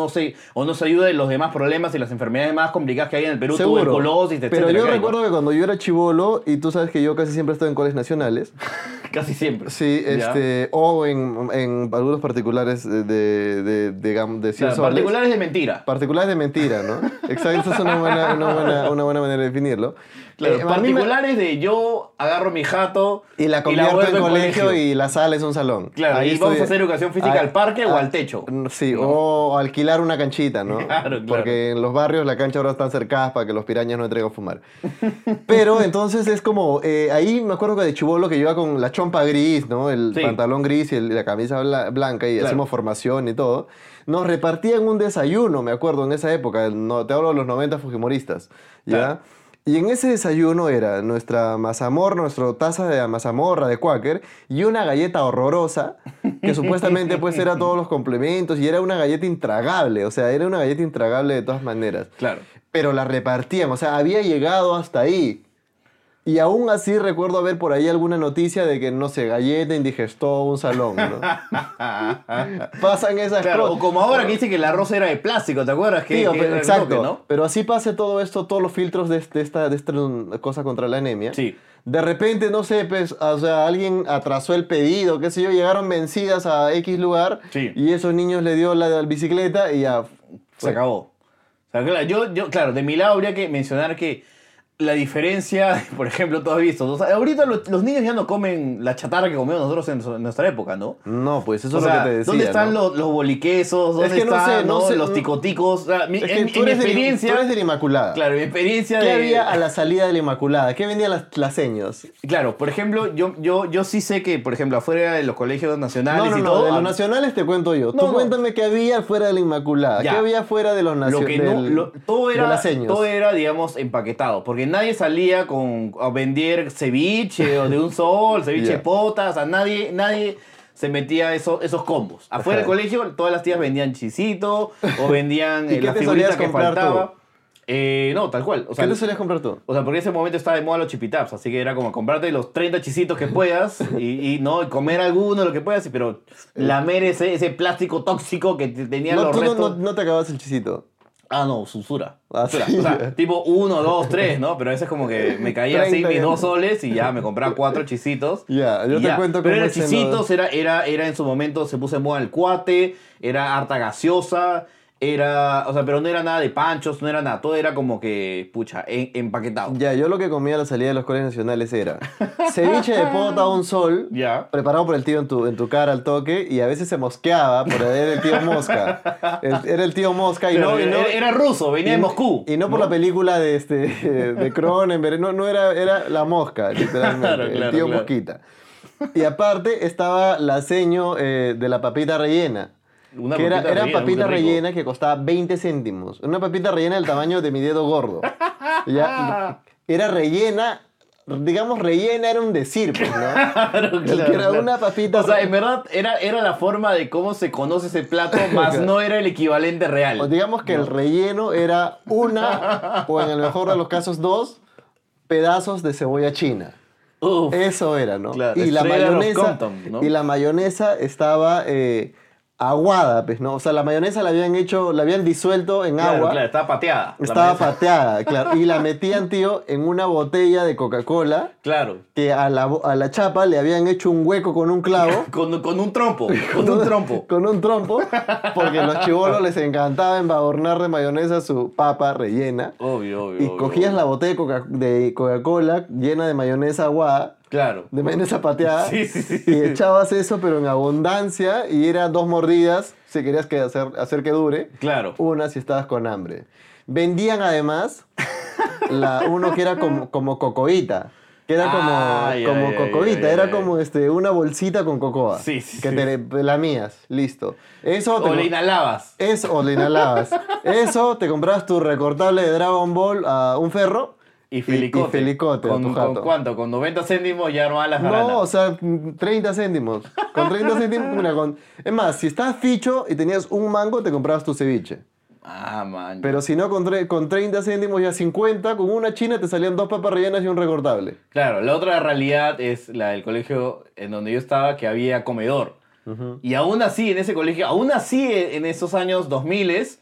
o no se ayuda de los demás problemas y las enfermedades más complicadas que hay en el Perú, Seguro. tuberculosis, etcétera. Pero yo que hay, recuerdo ¿no? que cuando yo era chibolo, y tú sabes que yo casi siempre estoy en colegios nacionales, Casi siempre. sí, ¿Ya? este, o en, en algunos particulares de, de, de, digamos, de cien Claro, soles. particulares de mentira. Particulares de mentira, ¿no? Exacto, esa es una buena, una buena, una buena manera de definirlo. Claro, Eh, a mí me- particulares de yo agarro mi jato Y la convierto vuelvo en colegio, y la sala es un salón. Claro, Ahí y vamos estoy- a hacer educación física ahí- al parque o ah, al techo. Sí, ¿no? o alquilar una canchita, ¿no? Claro, claro. Porque en los barrios la cancha ahora están cercadas para que los pirañas no entren a fumar. Pero entonces es como, eh, ahí me acuerdo que de chibolo que yo iba con la chompa gris, ¿no? El Sí. pantalón gris y el- la camisa bla- blanca y Claro. hacemos formación y todo. Nos repartían un desayuno, me acuerdo, en esa época. No, te hablo de los noventa fujimoristas, ¿ya? Claro. Y en ese desayuno era nuestra mazamorra, nuestra taza de mazamorra de Quaker y una galleta horrorosa que supuestamente pues era todos los complementos y era una galleta intragable, o sea, era una galleta intragable de todas maneras. Claro. Pero la repartían, o sea, había llegado hasta ahí. Y aún así recuerdo ver por ahí alguna noticia de que, no sé, galleta indigestó un salón, ¿no? Pasan esas Claro, cosas. o como ahora que dice que el arroz era de plástico, ¿te acuerdas? Que, Tío, que pero- era el exacto. toque, ¿no? Pero así pase todo esto, todos los filtros de, de esta, de esta cosa contra la anemia. Sí. De repente, no sé, pues, o sea, alguien atrasó el pedido, qué sé yo, llegaron vencidas a X lugar Sí. y esos niños le dio la, la bicicleta y ya. Se fue. acabó. O sea, claro, yo, yo, claro, de mi lado habría que mencionar que la diferencia, por ejemplo, tú has visto, o sea, ahorita los, los niños ya no comen la chatarra que comíamos nosotros en, en nuestra época, ¿no? No, pues eso O es sea, lo que te decía. ¿dónde están ¿no? los, los boliquesos? ¿Dónde que no están sé, no ¿no? sé, los no- ticoticos? O sea, mi- Es que en, tú en mi eres, de, la- experiencia... tú eres de la Inmaculada. Claro, mi experiencia ¿Qué de... había a la salida de la Inmaculada? ¿Qué vendían las, las seños? Claro, por ejemplo, yo, yo, yo sí sé que, por ejemplo, afuera de los colegios nacionales No, no, y no, todo... de los ah, nacionales te cuento yo. No, Tú no. cuéntame qué había fuera de la Inmaculada. Ya. ¿Qué había fuera de los Lo nacionales? que no, lo- todo, era, las seños. todo era, digamos, empaquetado. Porque nadie salía con, a vender ceviche o de un sol, ceviche Ya. de pota. O sea, nadie, nadie se metía esos, esos combos. Afuera del Ajá. colegio, todas las tías vendían chisito o vendían ¿Y eh, qué la te figurita solías que comprar tú? faltaba. Eh, no, tal cual. O sea, ¿Qué te solías comprar tú? o sea, porque en ese momento estaba de moda los chipitaps, así que era como comprarte los treinta chisitos que puedas y, y no y comer alguno, lo que puedas, pero lamer ese, ese plástico tóxico que te- tenía No, los tú no, restos. no, no te acabas el chisito. Ah, no, susura. Ah, Susura. sí. O sea, tipo uno, dos, tres, ¿no? Pero ese es como que me caía así treinta mis ya. dos soles y ya me compraba cuatro chisitos. Ya, yo Y te cuento Pero cómo era es en chisitos, los- era, era, era en su momento, se puso en moda el cuate, era harta gaseosa, era, o sea, pero no era nada de panchos, no era nada, todo era como que, pucha, en- empaquetado. Ya, yo lo que comía a la salida de los colegios nacionales era ceviche de pota a un sol, Ya. preparado por el tío en tu, en tu cara al toque, y a veces se mosqueaba por era el tío Mosca. El- era el tío Mosca y Pero no... Y no era, era ruso, venía de y- Moscú. Y no por ¿no? la película de, este, de Cronenberg, no, no era, era la mosca, literalmente, Claro, el claro, tío claro. Mosquita. Y aparte estaba la seño eh, de la papita rellena. Una que era, papita eran rellena, papitas muy rico. rellenas que costaba veinte céntimos. Una papita rellena del tamaño de mi dedo gordo. Ya, era rellena, digamos rellena era un decir, pues, ¿no? Claro, El que era claro. una papita... O sea, en verdad era, era la forma de cómo se conoce ese plato, más no era el equivalente real. O digamos que el relleno era una, o en el mejor de los casos dos, pedazos de cebolla china. Uf. Eso era, ¿no? Claro, y, la Straight out of mayonesa, Compton, ¿no? y la mayonesa estaba eh, aguada, pues, ¿no? O sea, la mayonesa la habían hecho, la habían disuelto en Claro, agua. claro, estaba pateada. la Estaba mayonesa. pateada, claro. Y la metían, tío, en una botella de Coca-Cola Claro. que a la, bo- a la chapa le habían hecho un hueco con un clavo. Con, con un trompo. Con un trompo. Con un trompo. Porque a los chibolos les encantaba embadurnar de mayonesa su papa rellena. Obvio, obvio. Y obvio, cogías obvio. la botella de Coca- de Coca-Cola llena de mayonesa aguada. Claro. De mayonesa pateada. Sí, sí, sí, Y sí. echabas eso, pero en abundancia. Y era dos mordidas, si querías que hacer, hacer que dure. Claro. Una si estabas con hambre. Vendían además la, uno que era como, como cocoíta. Que era como, Ay, como ay, ay, cocoíta. ay, era ay. como este, una bolsita con cocoa. Sí, sí, Que sí. te te lamías. Listo. Eso te O le co- inhalabas. Eso, o le inhalabas. Eso, te comprabas tu recortable de Dragon Ball a un ferro. Y felicote. Y, felicote a ¿Con, tu ¿Con jato. cuánto? Con noventa céntimos ya armabas las jaranas. No, o sea, treinta céntimos. Con treinta céntimos, mira, con... Es más, si estabas ficho y tenías un mango, te comprabas tu ceviche. Ah, man. Pero si no, con, tre- con treinta céntimos ya cincuenta, con una china te salían dos papas rellenas y un recortable. Claro, la otra realidad es la del colegio en donde yo estaba, que había comedor. Y aún así, en ese colegio, aún así en esos años dos mil,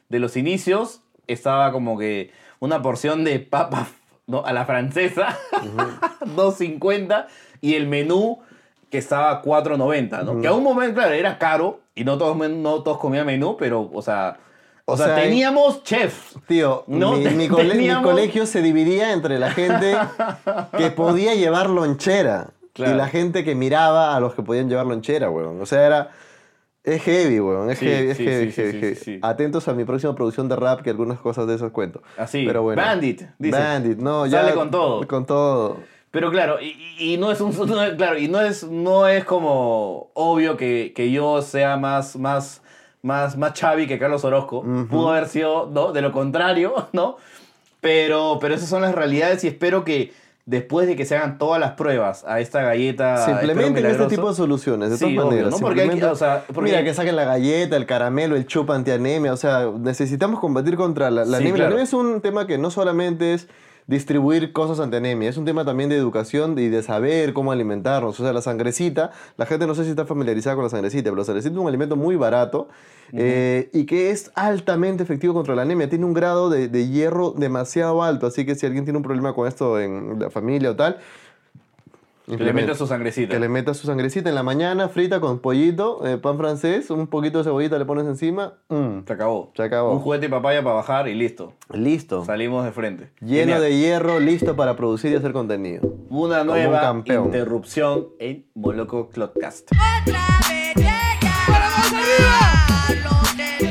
de los inicios estaba como que una porción de papas, ¿no? A la francesa, uh-huh. dos cincuenta, y el menú que estaba a cuatro noventa, ¿no? Uh-huh. Que a un momento, claro, era caro y no todos, no todos comían menú, pero, o sea... O, o sea, sea, teníamos chefs. Tío, ¿no? mi, mi, cole teníamos... mi colegio se dividía entre la gente que podía llevar lonchera claro. y la gente que miraba a los que podían llevar lonchera, weón. O sea, era... Es heavy, weón. Es sí, heavy, es sí, heavy, sí, heavy, sí, heavy. Sí, sí. Atentos a mi próxima producción de rap, que algunas cosas de esas cuento. Así. Pero bueno. Bandit, dice. Bandit, no, ya. Sale con todo. Con todo. Pero claro, y, y no es un, no, claro, y no es, no es como obvio que, que yo sea más, más, más, más Xavi que Carlos Orozco. Uh-huh. Pudo haber sido, ¿no? De lo contrario, ¿no? Pero, pero esas son las realidades y espero que después de que se hagan todas las pruebas a esta galleta... Se implementen este tipo de soluciones, de sí, todas maneras. Obvio, ¿no? Porque hay que, o sea, porque... Mira, que saquen la galleta, el caramelo, el chupa antianemia. O sea, necesitamos combatir contra la, la sí, anemia. Claro. La anemia es un tema que no solamente es distribuir cosas antianemia, es un tema también de educación y de saber cómo alimentarnos. O sea, la sangrecita, la gente no sé si está familiarizada con la sangrecita, pero la sangrecita es un alimento muy barato uh-huh. eh, y que es altamente efectivo contra la anemia. Tiene un grado de, de hierro demasiado alto, así que si alguien tiene un problema con esto en la familia o tal... Que le meta su sangrecita. Que le meta su sangrecita en la mañana, frita con pollito, eh, pan francés, un poquito de cebollita le pones encima. Mm, se acabó. Se acabó. Un juguete de papaya para bajar y listo. Listo. Salimos de frente. Lleno Genial. de hierro, listo para producir y hacer contenido. Una nueva un interrupción en Moloco Clodcast. ¡Otra vez llega! ¡Vamos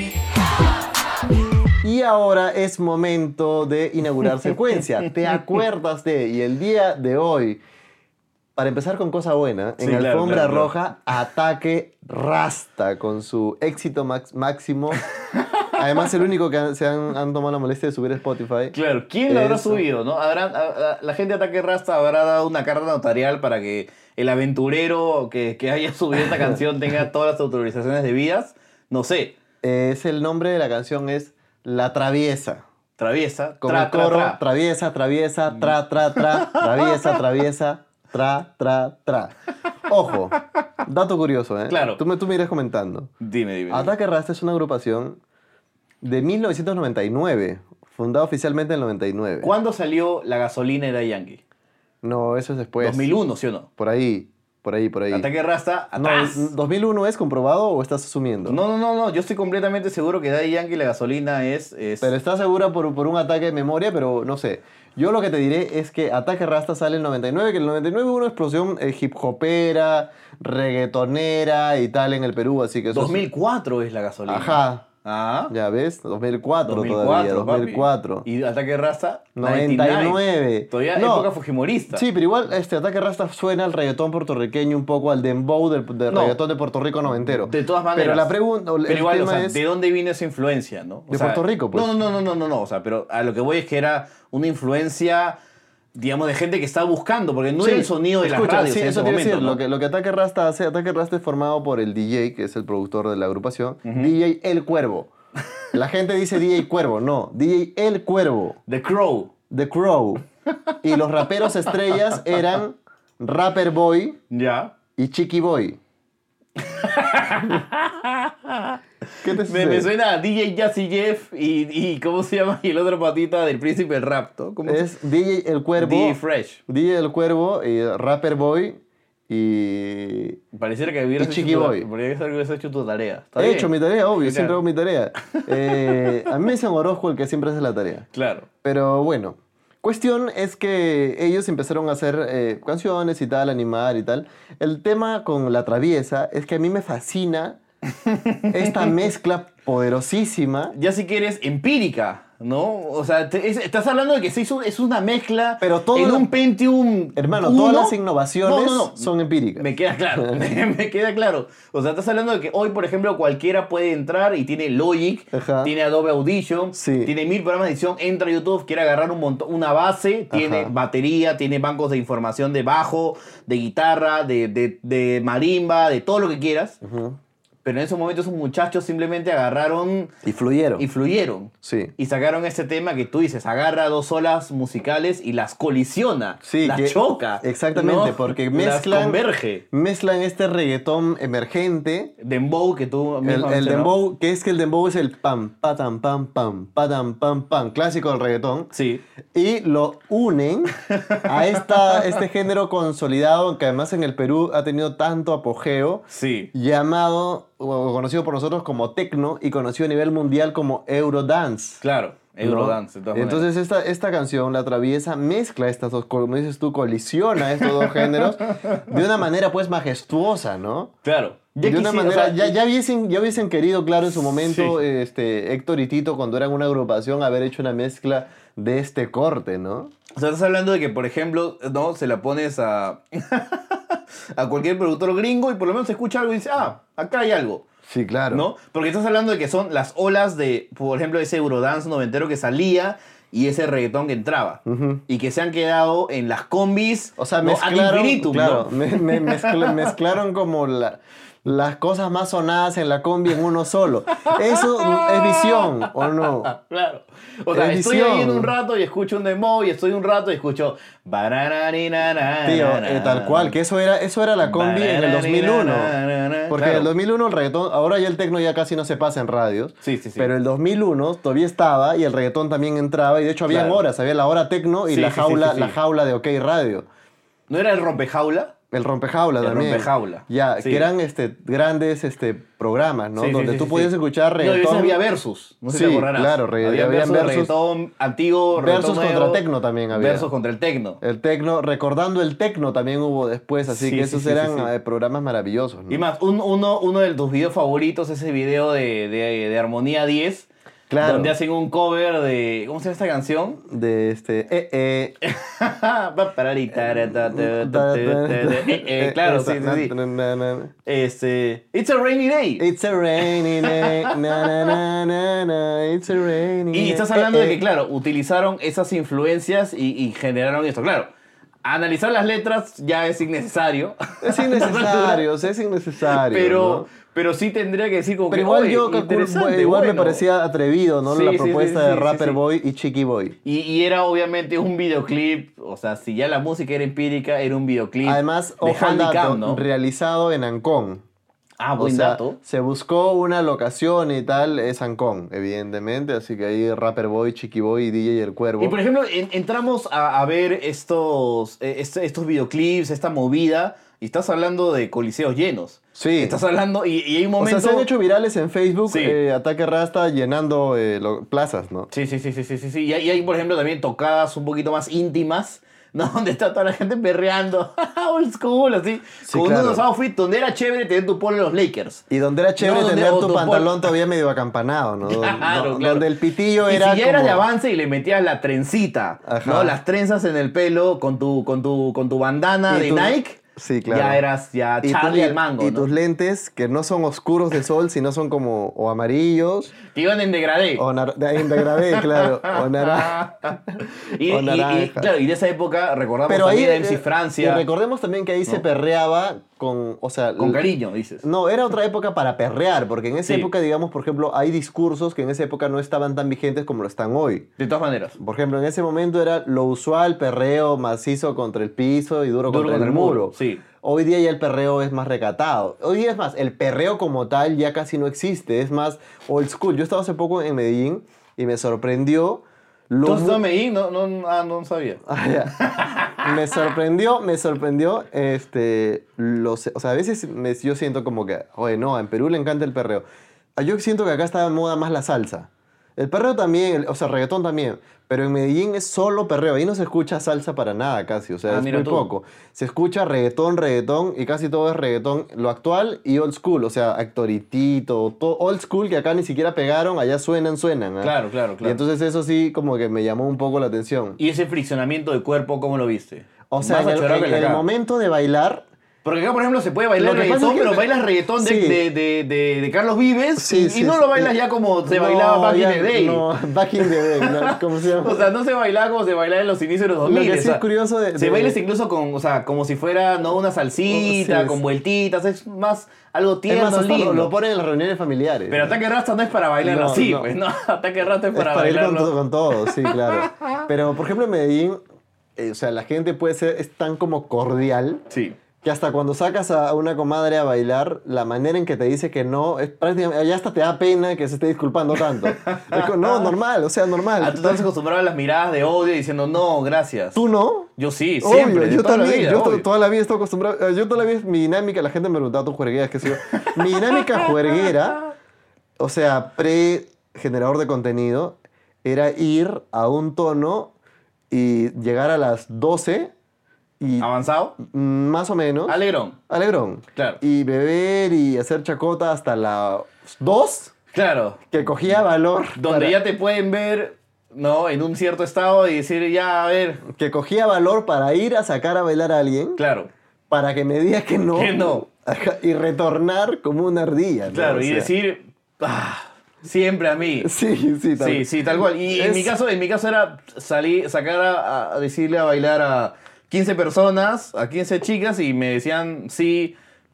arriba! Y ahora es momento de inaugurar secuencia. ¿Te acuerdas de? Y el día de hoy... Para empezar con cosa buena, en sí, claro, Alfombra claro, claro. Roja, Ataque Rasta, con su éxito max máximo. Además, el único que han, se han, han tomado la molestia de subir a Spotify. Claro, ¿quién lo habrá subido? ¿No? ¿Habrán, a, a, la gente de Ataque Rasta habrá dado una carta notarial para que el aventurero que, que haya subido esta canción tenga todas las autorizaciones debidas. No sé. Es el nombre de la canción es La Traviesa. Traviesa. Con tra, el coro, tra, tra. traviesa, traviesa, tra, tra, tra, traviesa, traviesa. Tra, tra, tra. Ojo, dato curioso, ¿eh? Claro. Tú me, tú me irás comentando. Dime, dime. Ataque Rasta es una agrupación de mil novecientos noventa y nueve, fundada oficialmente en el noventa y nueve. ¿Cuándo salió La Gasolina de Daddy Yankee? No, eso es después. dos mil uno, ¿sí o no? Por ahí, por ahí, por ahí. Ataque Rasta, atrás. No, ¿dos mil uno es comprobado o estás asumiendo? No, no, no, no. Yo estoy completamente seguro que Daddy Yankee y La Gasolina es... es... Pero estás segura por, por un ataque de memoria, pero no sé. Yo lo que te diré es que Ataque Rasta sale en el noventa y nueve, que en el noventa y nueve hubo una explosión eh, hip hopera, reggaetonera y tal en el Perú, así que eso dos mil cuatro es... es La Gasolina. Ajá. Ah. Ya ves, dos mil cuatro, dos mil cuatro todavía, dos mil cuatro. Papi. Y Ataque Rasta, noventa y nueve. Todavía no, época fujimorista. Sí, pero igual este Ataque Rasta suena al reggaetón puertorriqueño un poco, al dembow del, del no, reggaetón de Puerto Rico noventero. De todas maneras. Pero la pregunta, el pero igual, tema o sea, es... ¿de dónde vino esa influencia, no? O de sea, Puerto Rico, pues. No, no, no, no, no, no, o sea, pero a lo que voy es que era una influencia... digamos, de gente que está buscando, porque no sí, era el sonido de escucha, las radios sí, en eso ese quiere momento, decir, ¿no? lo, que, lo que Ataque Rasta hace, Ataque Rasta es formado por el D J, que es el productor de la agrupación, uh-huh. D J El Cuervo. La gente dice D J Cuervo, no, D J El Cuervo. The Crow. The Crow. Y los raperos estrellas eran Rapper Boy ya. y Chiqui Boy. ¿Qué te me, me suena a D J Jazzy Jeff y, y ¿cómo se llama? Y el otro patita del Príncipe del Rap, ¿no? ¿Cómo es D J El Cuervo. D J Fresh. D J El Cuervo y Rapper Boy y... Pareciera que hubieras y Chiqui Boy. Podrías haber hecho tu tarea. He bien? hecho mi tarea, obvio, claro. siempre hago mi tarea. Eh, a mí me dicen Orozco el que siempre hace la tarea. Claro. Pero bueno, cuestión es que ellos empezaron a hacer eh, canciones y tal, animar y tal. El tema con La Traviesa es que a mí me fascina esta mezcla poderosísima. Ya si quieres, empírica, ¿no? O sea, te, es, estás hablando de que se hizo, es una mezcla pero todo en la, un Pentium hermano, uno. todas las innovaciones no, no, no. son empíricas. Me queda claro, me, me queda claro. O sea, estás hablando de que hoy, por ejemplo, cualquiera puede entrar y tiene Logic, Ajá. tiene Adobe Audition, sí. tiene mil programas de edición, entra a YouTube, quiere agarrar un montón, una base, tiene Ajá. batería, tiene bancos de información de bajo, de guitarra, de, de, de marimba, de todo lo que quieras. Uh-huh. pero en ese momento esos muchachos simplemente agarraron Y fluyeron. y fluyeron. Sí. Y sacaron este tema que tú dices, agarra dos olas musicales y las colisiona, Sí, las que- choca. Exactamente, ¿no? porque Las mezclan, converge. mezclan este reggaetón emergente. Dembow que tú El, mismo el mencionó. dembow, que es que el dembow es el pam, patam, pam, pam, patam, pam, pam, clásico del reggaetón. Sí. Y lo unen a esta, este género consolidado que además en el Perú ha tenido tanto apogeo, Sí. llamado, o conocido por nosotros como techno y conocido a nivel mundial como Eurodance. Claro. ¿no? Eurodance, de todas maneras. Entonces esta, esta canción, La Traviesa, mezcla estas dos, como dices tú, colisiona estos dos géneros de una manera pues majestuosa, ¿no? Claro. De una quisi- manera, o sea, ya, ya, hubiesen, ya hubiesen querido, claro, en su momento, Sí. este, Héctor y Tito, cuando eran una agrupación, haber hecho una mezcla de este corte, ¿no? O sea, estás hablando de que, por ejemplo, no, se la pones a, a cualquier productor gringo y por lo menos escucha algo y dice, ah, acá hay algo. Sí, claro. ¿No? Porque estás hablando de que son las olas de, por ejemplo, ese Eurodance noventero que salía y ese reggaetón que entraba. Ujú. Y que se han quedado en las combis, O sea, ¿no? ad mezclaron, infinitum, claro, ¿no? me- me- mezcla- mezclaron como la- las cosas más sonadas en la combi en uno solo. Eso es visión, ¿o no? Claro. O sea, Es estoy ahí en visión. un rato y escucho un demo y estoy un rato y escucho... Tío, eh, tal cual, que eso era, eso era la combi en el dos mil uno. Porque en Claro. el dos mil uno el reggaetón, ahora ya el tecno ya casi no se pasa en radios. Sí, sí, sí. Pero el dos mil uno todavía estaba y el reggaetón también entraba. Y de hecho había Claro. horas, había la hora tecno y Sí, la, sí, sí, jaula, sí, sí. la jaula de OK Radio. ¿No era el rompejaula? El rompejaula El también. rompejaula, Ya, sí. que eran este, grandes este, programas, ¿no? Sí, sí, Donde sí, tú sí, podías sí. escuchar No, y a veces reggaetón. había versus. No sé si Sí, te acordarás. claro, re- había habían versus, de versus- reggaetón antiguo, versus reggaetón contra nuevo, tecno también había. Versus contra el tecno. El tecno, recordando el tecno también hubo después, así Sí, que sí, esos sí, sí, eran sí. eh, programas maravillosos, ¿no? Y más, un- uno, uno de tus videos favoritos, ese video de, de, de Armonía diez, Claro. donde hacen un cover de... ¿Cómo se llama esta canción? De este. Eh, eh. Pa, parari, tara, ta, ta, ta, ta, ta, eh, eh, Claro, sí, Esa, sí, sí. na, na, na, na. Este... It's a rainy day. It's a rainy day. Na, na, na, na, na. It's a rainy day. Y estás hablando Eh, de que, eh. claro, utilizaron esas influencias y, y generaron esto. Claro, analizar las letras ya es innecesario. Es innecesario, o sea, es innecesario. Pero, ¿no? pero sí tendría que decir como Pero que, igual "Oye, yo calculo- interesante, igual me bueno". parecía atrevido, ¿no? Sí, la sí, propuesta sí, de sí, Rapper sí. Boy y Chiqui Boy. Y, y era obviamente un videoclip, o sea, si ya la música era empírica, era un videoclip Además, de ojo al dato, Handicam, ¿no? realizado en Ancón. Ah, O buen sea, dato. se buscó una locación y tal, es Ancón, evidentemente, así que ahí Rapper Boy, Chiqui Boy y D J El Cuervo. Y por ejemplo, en- entramos a, a ver estos, eh, est- estos videoclips, esta movida, y estás hablando de coliseos llenos. Sí. Estás hablando, y, y hay un O momento... sea, se han hecho virales en Facebook, Sí. eh, Ataque Rasta llenando eh, lo- plazas, ¿no? Sí, sí, sí, sí, sí, sí, sí. Y hay, y hay, por ejemplo, también tocadas un poquito más íntimas, ¿no? Donde está toda la gente perreando, old school, así, Sí, con claro. unos outfits donde era chévere tener tu polo de los Lakers. Y donde era chévere No, donde- tener o tu tu pantalón todavía medio acampanado, ¿no? Claro, Do- claro. Donde el pitillo Y era si ya eras como- de avance y le metías la trencita, Ajá. ¿no? Las trenzas en el pelo con tu, con tu, con tu bandana Y de tu- Nike, Sí, claro. ya eras ya Y tu- Charlie y- al mango, Y ¿no? tus lentes, que no son oscuros de sol, sino son como o amarillos, Que iban en degradé. o nar- de ahí en degradé, claro, o naranja. y, o y- y- naranja. claro, y de esa época recordamos Pero ahí, también a M C eh, Francia, y recordemos también que ahí se No. perreaba con, o sea... con l- cariño, dices. No, era otra época para perrear, porque en esa Sí. época, digamos, por ejemplo, hay discursos que en esa época no estaban tan vigentes como lo están hoy. De todas maneras. Por ejemplo, en ese momento era lo usual, perreo macizo contra el piso y duro, Duro contra, el muro. Sí. Hoy día ya el perreo es más recatado. Hoy día es más, el perreo como tal ya casi no existe, es más old school. Yo estaba hace poco en Medellín y me sorprendió lo ¿Tú has mu- estado en Medellín? No, no, ah, no sabía. Ah, ya. Me sorprendió, me sorprendió, este, los, o sea, a veces me- yo siento como que, oye, no, en Perú le encanta el perreo. Yo siento que acá está de moda más la salsa. El perreo también, el- o sea, reggaetón también, pero en Medellín es solo perreo, ahí no se escucha salsa para nada casi, o sea, Ah, es mira muy tú. poco. Se escucha reggaetón, reggaetón, y casi todo es reggaetón, lo actual y old school, o sea, actoritito, todo old school que acá ni siquiera pegaron, allá suenan, suenan. ¿ah? Claro, claro, claro. Y entonces eso sí como que me llamó un poco la atención. ¿Y ese friccionamiento de cuerpo, cómo lo viste? O sea, Más en el, achorado en que la el acá. momento de bailar, Porque acá, por ejemplo, se puede bailar Lo que pasa reggaetón, es que- pero bailas reggaetón de, Sí. de, de, de, de Carlos Vives Sí, y, sí, y no sí. lo bailas ya como se No, bailaba back ya- in the day. No, back in the day, ¿no? ¿Cómo se llama? O sea, no se bailaba como se bailaba en los inicios de los dos Lo mil. que o sí sea, es curioso de- Se de- baila incluso con, o sea, como si fuera, ¿no? Una salsita, Sí, con es- vueltitas, es más algo es tierno, más, hasta lindo. lo, lo ponen en las reuniones familiares. Pero Ataque Rasta no es para bailarlo No, así, no. pues, ¿no? Ataque Rasta es es para, para ir con, bailarlo. todo- con todo, sí, claro. Pero, por ejemplo, en Medellín, eh, o sea, la gente puede ser, es tan como cordial Sí. que hasta cuando sacas a una comadre a bailar, la manera en que te dice que no, es prácticamente, ya hasta te da pena que se esté disculpando tanto. Es como, no, normal, o sea, normal. Ah, tú estás acostumbrado a las miradas de odio diciendo, no, gracias. ¿Tú no? Yo sí, Obvio, siempre, de yo toda la también, vida, yo to- obvio. toda la vida estoy acostumbrado, eh, yo toda la vida, mi dinámica, la gente me preguntaba, ¿tú juergueas? ¿Qué sé yo? Mi dinámica juerguera, o sea, pre-generador de contenido, era ir a un tono y llegar a las doce y ¿Avanzado? mm, más o menos, Alegrón. alegrón, Claro. y beber y hacer chacota hasta las dos, Claro. que cogía valor, Donde para- ya te pueden ver, ¿no? En un cierto estado y decir, ya, a ver, que cogía valor para ir a sacar a bailar a alguien, claro. para que me diga que no, Que no. Ajá, y retornar como una ardilla, ¿no? Claro, O y sea, decir, ah, siempre a mí. sí, sí, tal- Sí, sí, tal cual. Y en Es- mi caso, en mi caso era salir, sacar a, a decirle a bailar a quince personas, a quince chicas, y me decían sí,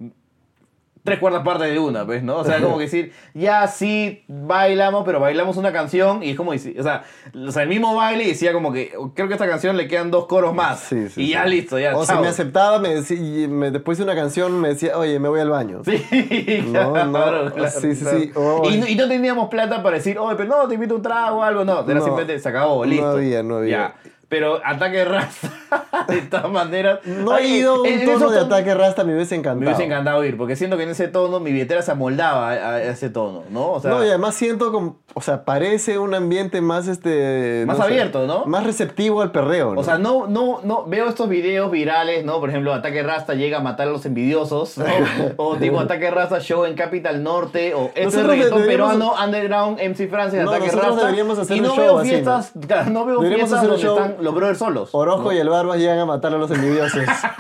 tres cuartas partes de una, pues, ¿no? O sea, como que decir, ya sí bailamos, pero bailamos una canción, y es como decir, o sea, o sea, el mismo baile y decía como que, creo que a esta canción le quedan dos coros más. Sí, sí, y sí. ya listo, ya. O si chao. me aceptaba, me decía, y me- después de una canción me decía, oye, me voy al baño. Sí, No, claro, no, claro, sí, sí, claro. sí. Oh. Y, no- y no teníamos plata para decir, oye, pero no, te invito un trago o algo, no. Era No, simplemente, se acabó, no listo. había, no había. Ya. Pero ataque raza, de todas maneras. No he Ay, ido a un en- en tono esos de tonos ataque rasta, me hubiese encantado. Me hubiese encantado ir, porque siento que en ese tono mi billetera se amoldaba a, a ese tono, ¿no? O sea, No, y además siento como, o sea, parece un ambiente más, este... Más no sé, abierto, ¿no? Más receptivo al perreo, ¿no? O sea, no, no, no, veo estos videos virales, ¿no? Por ejemplo, Ataque Rasta llega a matar a los envidiosos, ¿no? O tipo Ataque Rasta Show en Capital Norte, o este Nosotros reggaetón deberíamos- peruano, Underground, M C Francis, No, Ataque nosotros Rasta. deberíamos hacer y un no show veo así, fiestas, claro, no veo Deberíamos fiestas hacer un donde show- están los brothers solos. Orojo y el Barbas llegan a matar a los envidiosos.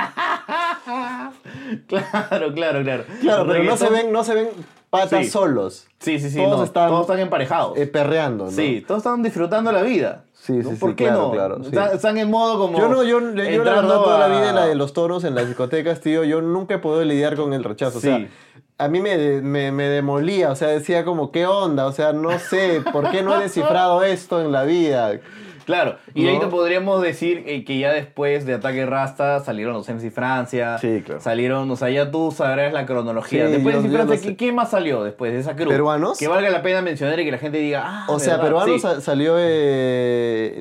Claro, claro, claro. Claro, pero no se Reggaetón- ven, no se ven patas Sí. solos. Sí, sí, sí. todos no, están- todos están emparejados. Eh, perreando, ¿no? Sí, todos están disfrutando la vida. Sí, ¿no? sí, ¿Por sí, qué claro, no? claro, sí. Están, están en modo como. Yo no, yo, yo la entrando verdad toda la a- vida en la de los toros en las discotecas, tío, yo nunca he podido lidiar con el rechazo. Sí. O sea, a mí me, me, me demolía, o sea, decía como, ¿qué onda? O sea, no sé, ¿por qué no he descifrado esto en la vida? Claro, y de ahí ¿No? te podríamos decir eh, que ya después de Ataque Rasta salieron los M C Francia. Sí, claro. Salieron, o sea, ya tú sabrás la cronología. Sí, después yo- de M C yo Francia, lo sé. ¿qué, qué más salió después de esa cruz? ¿Peruanos? Que valga la pena mencionar y que la gente diga, ah, O sea, ¿verdad? peruano Sí. sa- salió eh,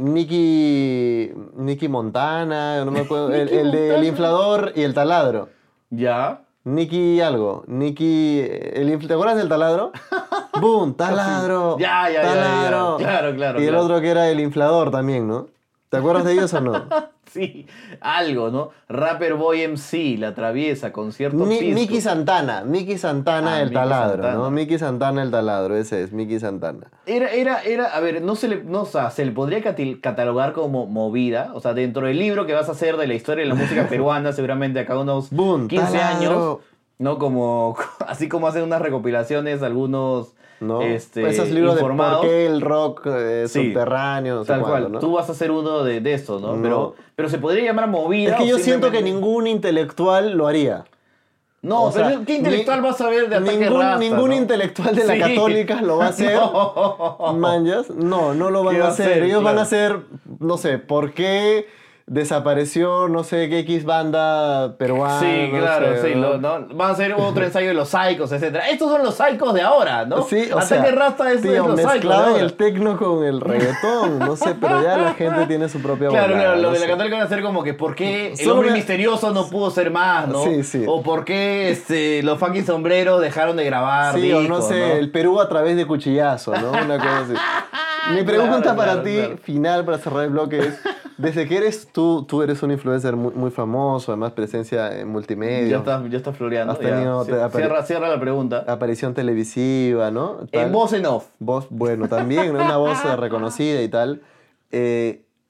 Nicky, Nicky Montana, no me acuerdo, el, el del inflador y el taladro. Ya. Nicky algo, Nicky, el infl- ¿te acuerdas del taladro? ¡Boom! ¡Taladro! Ya, ya, ya, ya. ¡Taladro! Claro, claro, Y el claro. otro que era el inflador también, ¿no? ¿Te acuerdas de ellos o no? Sí, algo, ¿no? Rapper Boy M C, La Traviesa, concierto Ni- Pisco. Miki Santana, Miki Santana Ah, el Miki taladro, Santana. ¿no? Miki Santana el taladro, ese es, Miki Santana. Era, era, era, a ver, no se le, no, o sea, se le podría cati- catalogar como movida, o sea, dentro del libro que vas a hacer de la historia de la música peruana, seguramente acá unos Boom, quince años, taladro. ¿no? Como, así como hacen unas recopilaciones, algunos, ¿No? este, Esos libros de informados. por qué el rock eh, Sí, subterráneo, no sé Tal cuándo, cual, ¿no? tú vas a hacer uno de, de estos, ¿no? No. Pero, pero se podría llamar movida. Es que o yo siento que simplemente- ningún intelectual lo haría. No, o pero sea, ¿qué intelectual ni- vas a ver de Ataque ningún, Rasta, ningún ¿no? intelectual de la Sí. católica lo va a hacer. No. ¿Manjas? No, no lo van ¿Qué a va a hacer. hacer? Ellos van a Claro. hacer, no sé, ¿por qué desapareció, no sé, qué X banda peruana? Sí, no claro, sé, sí. ¿no? Lo, ¿no? Van a hacer otro ensayo de los Psychos, etcétera. Estos son los Psychos de ahora, ¿no? Sí, o Ataque sea, Rasta es, tío, es los Psychos de mezclaban ahora. el tecno con el reggaetón, no sé, pero ya la gente tiene su propia Claro, volada, claro, lo no de la sé. católica van a ser como que ¿por qué el Solo hombre me- misterioso no pudo ser más, ¿no? Sí, sí. O ¿por qué este, los fucking sombreros dejaron de grabar Sí, o discos, no sé, ¿no? el Perú a través de cuchillazo, ¿no? Una cosa así. Mi pregunta Claro, para claro, ti, claro. final, para cerrar el bloque, es, desde que eres tú, tú eres un influencer muy, muy famoso, además presencia en multimedia, Ya está, ya está floreando. Has ya. tenido- te Cier- apare- cierra, cierra la pregunta. aparición televisiva, ¿no? Tal. En voz en off. Voz, bueno, también, ¿no? Una voz eh, reconocida y tal. Eh,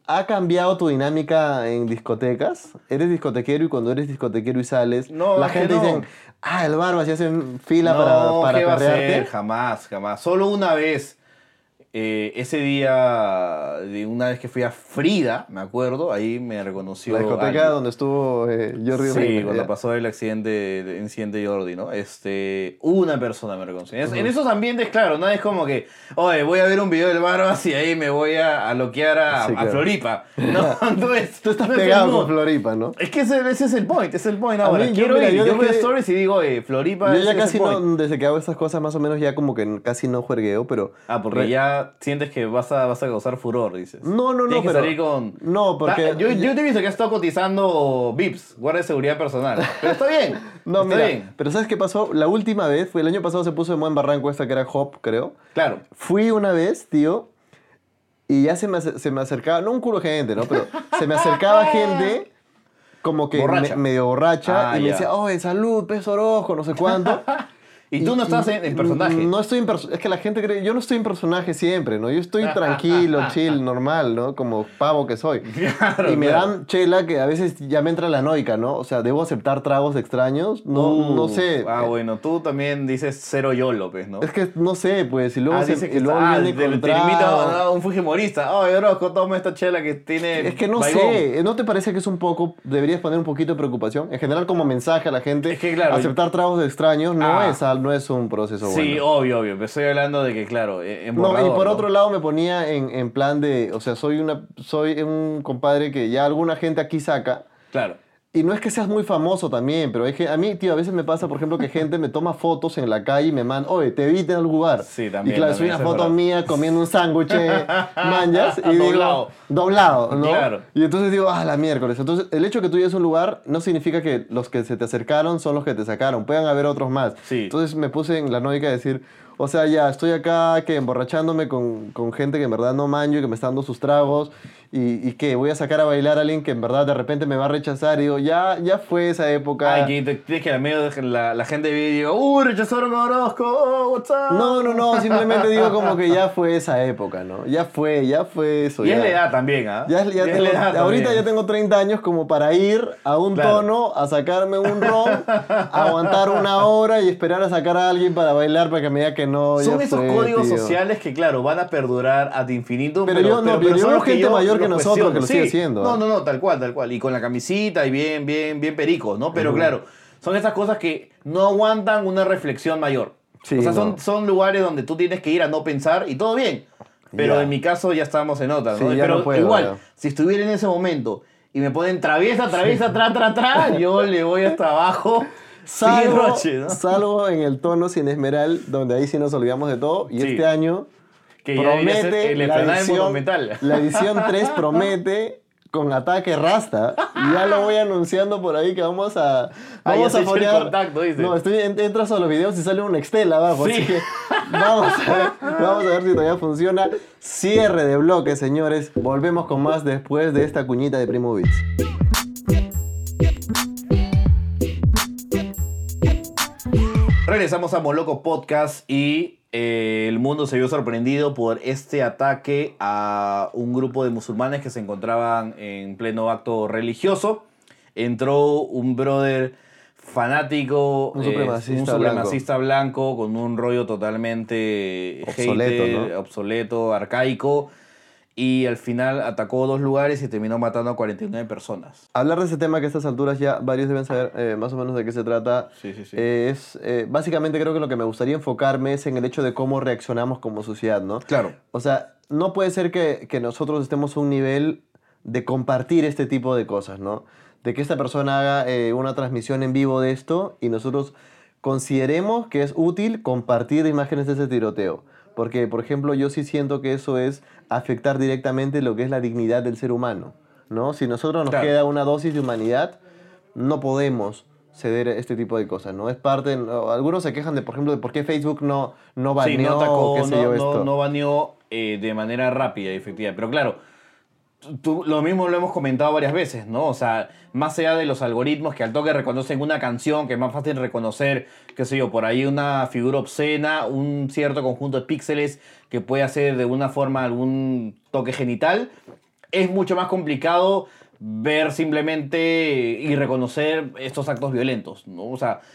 ¿ha cambiado tu dinámica en discotecas? ¿Eres discotequero y cuando eres discotequero y sales, No, la es que gente no. dice, ah, el Barbas, y hacen fila No, para, para ¿qué va a perrearte? ser? Jamás, jamás. Solo una vez, eh, ese día, de una vez que fui a Frida, me acuerdo, ahí me reconoció La discoteca alguien. donde estuvo eh, Jordi Sí, Reina, cuando ya. pasó el accidente, el incidente Jordi, ¿no? Este, una persona me reconoció. En, en esos ambientes, claro, no es como que, oye, voy a ver un video del Barbas y ahí me voy a, a loquear a, Sí, a claro. Floripa. No, no es, Tú estás no es el pegado mood. con Floripa, ¿no? Es que ese, ese es el point, ese es el point A ahora. mí, yo, Quiero mira, ir, yo yo veo dejé- stories y digo, eh, Floripa Yo ese ya es casi el point. no, desde que hago estas cosas más o menos ya como que casi no juergueo, pero... Ah, porque re- ya sientes que vas a, vas a causar furor, dices. No, no, no, Tienes que pero- salir con... No, porque- Ta- Yo, yo te he visto que has estado cotizando V I Ps, guardia de seguridad personal. Pero está bien. No, está mira, bien. pero ¿sabes qué pasó? La última vez, fue el año pasado se puso de moda en Barranco esta que era Hop, creo. Claro. Fui una vez, tío, y ya se me, ace- se me acercaba, no un culo de gente, ¿no? Pero se me acercaba gente como que Borracha. me- medio borracha Ah, y me ya. decía, oh, salud, pez Orozco, no sé cuánto. Y tú no estás en, en personaje. No estoy en personaje. Es que la gente cree, yo no estoy en personaje siempre, ¿no? Yo estoy tranquilo, chill, normal, ¿no? Como pavo que soy. Claro, y me claro. dan chela que a veces ya me entra la noica, ¿no? O sea, ¿debo aceptar tragos de extraños? No, no Uf, sé. Ah, bueno, tú también dices cero yo, López, ¿no? Es que no sé, pues, y luego, Ah, se, dice que y luego está- ah, viene te, con te invita trago. a un fujimorista. Ay, Orozco, toma esta chela que tiene. Es que no vaivón. sé, ¿no te parece que es un poco, deberías poner un poquito de preocupación? En general, como mensaje a la gente, Es que, claro, aceptar tragos de extraños no, Ah. es, al- no es un proceso Sí, bueno. obvio, obvio. Pero estoy hablando de que, claro, en No, y borrador, por ¿no? otro lado me ponía en, en plan de, o sea, soy una soy un compadre que ya alguna gente aquí saca. Claro. Y no es que seas muy famoso también, pero es que a mí, tío, a veces me pasa, por ejemplo, que gente me toma fotos en la calle y me manda, oye, te vi en algún lugar. Sí, también, Y claro, también, soy una eso es foto verdad. mía comiendo un sándwich, eh, manjas, y digo, Doblado. doblado, ¿no? Claro. Y entonces digo, ah, la miércoles. Entonces, el hecho de que tú llegues a un lugar no significa que los que se te acercaron son los que te sacaron. Pueden haber otros más. Sí. Entonces me puse en la noica de decir, o sea, ya estoy acá que emborrachándome con, con gente que en verdad no manjo y que me está dando sus tragos y, y que voy a sacar a bailar a alguien que en verdad de repente me va a rechazar y digo, ya, ya fue esa época. Ay, que te- tienes que al medio de la, la gente ve y diga, ¡uh, rechazaron a Orozco! Oh, what's up? No, no, no, simplemente digo como que ya fue esa época, ¿no? Ya fue, ya fue eso. Y es ya. la edad también, ¿ah? Ya, ya Y es tengo- la edad ahorita también. ya tengo treinta años como para ir a un Claro. tono, a sacarme un ron, aguantar una hora y esperar a sacar a alguien para bailar para que me diga que no. Son ya esos fue, códigos tío. sociales que, claro, van a perdurar ad infinitum. Pero yo no, pero yo son veo los que gente yo mayor que los nosotros que lo cuestiono. sigue Sí. haciendo, No, ¿ah? no, no, tal cual, tal cual. Y con la camisita y bien, bien, bien pericos, ¿no? Pero claro, son esas cosas que no aguantan una reflexión mayor. Sí, o sea, no. son, son lugares donde tú tienes que ir a no pensar y todo bien. Pero Ya. en mi caso ya estábamos en otra, ¿no? Sí, ya pero no puedo, igual, ya. si estuviera en ese momento y me ponen traviesa, traviesa, tra, tra, tra, yo le voy hasta abajo. Salvo, sin roche, ¿no? salvo en el tono sin esmeral, donde ahí sí nos olvidamos de todo. Y Sí. este año Que ya debería ser promete el la Esplanada edición, Monumental. la edición tres promete con ataque rasta. Y ya lo voy anunciando por ahí que vamos a Ah, vamos ya a se hizo el fonear- contacto, dice. No, estoy en- entras a los videos y sale un Excel abajo, Sí. así que vamos a ver, vamos a ver si todavía funciona. Cierre de bloque, señores. Volvemos con más después de esta cuñita de Primo Beats. Regresamos a Moloco Podcast y eh, el mundo se vio sorprendido por este ataque a un grupo de musulmanes que se encontraban en pleno acto religioso. Entró un brother fanático, Un eh, supremacista un supremacista blanco. con un rollo totalmente Obsoleto, hater, ¿no? obsoleto, arcaico. Y al final atacó dos lugares y terminó matando a cuarenta y nueve personas. Hablar de ese tema que a estas alturas ya varios deben saber eh, más o menos de qué se trata. Sí, sí, sí. Eh, es, eh, básicamente creo que lo que me gustaría enfocarme es en el hecho de cómo reaccionamos como sociedad, ¿no? Claro. O sea, no puede ser que, que nosotros estemos a un nivel de compartir este tipo de cosas, ¿no? De que esta persona haga eh, una transmisión en vivo de esto y nosotros consideremos que es útil compartir imágenes de ese tiroteo. Porque, por ejemplo, yo sí siento que eso es afectar directamente lo que es la dignidad del ser humano, ¿no? Si nosotros nos Claro. queda una dosis de humanidad, no podemos ceder a este tipo de cosas, ¿no? Es parte... no, algunos se quejan de, por ejemplo, de por qué Facebook no, no baneó Sí, no atacó, qué sé no, yo no- esto. no baneó eh, de manera rápida y efectiva. Pero claro, tú- tú- lo mismo lo hemos comentado varias veces, ¿no? O sea, más allá de los algoritmos que al toque reconocen una canción, que es más fácil reconocer, qué sé yo, por ahí una figura obscena, un cierto conjunto de píxeles que puede hacer de alguna forma algún toque genital. es mucho más complicado ver simplemente y reconocer estos actos violentos, ¿no? O sea,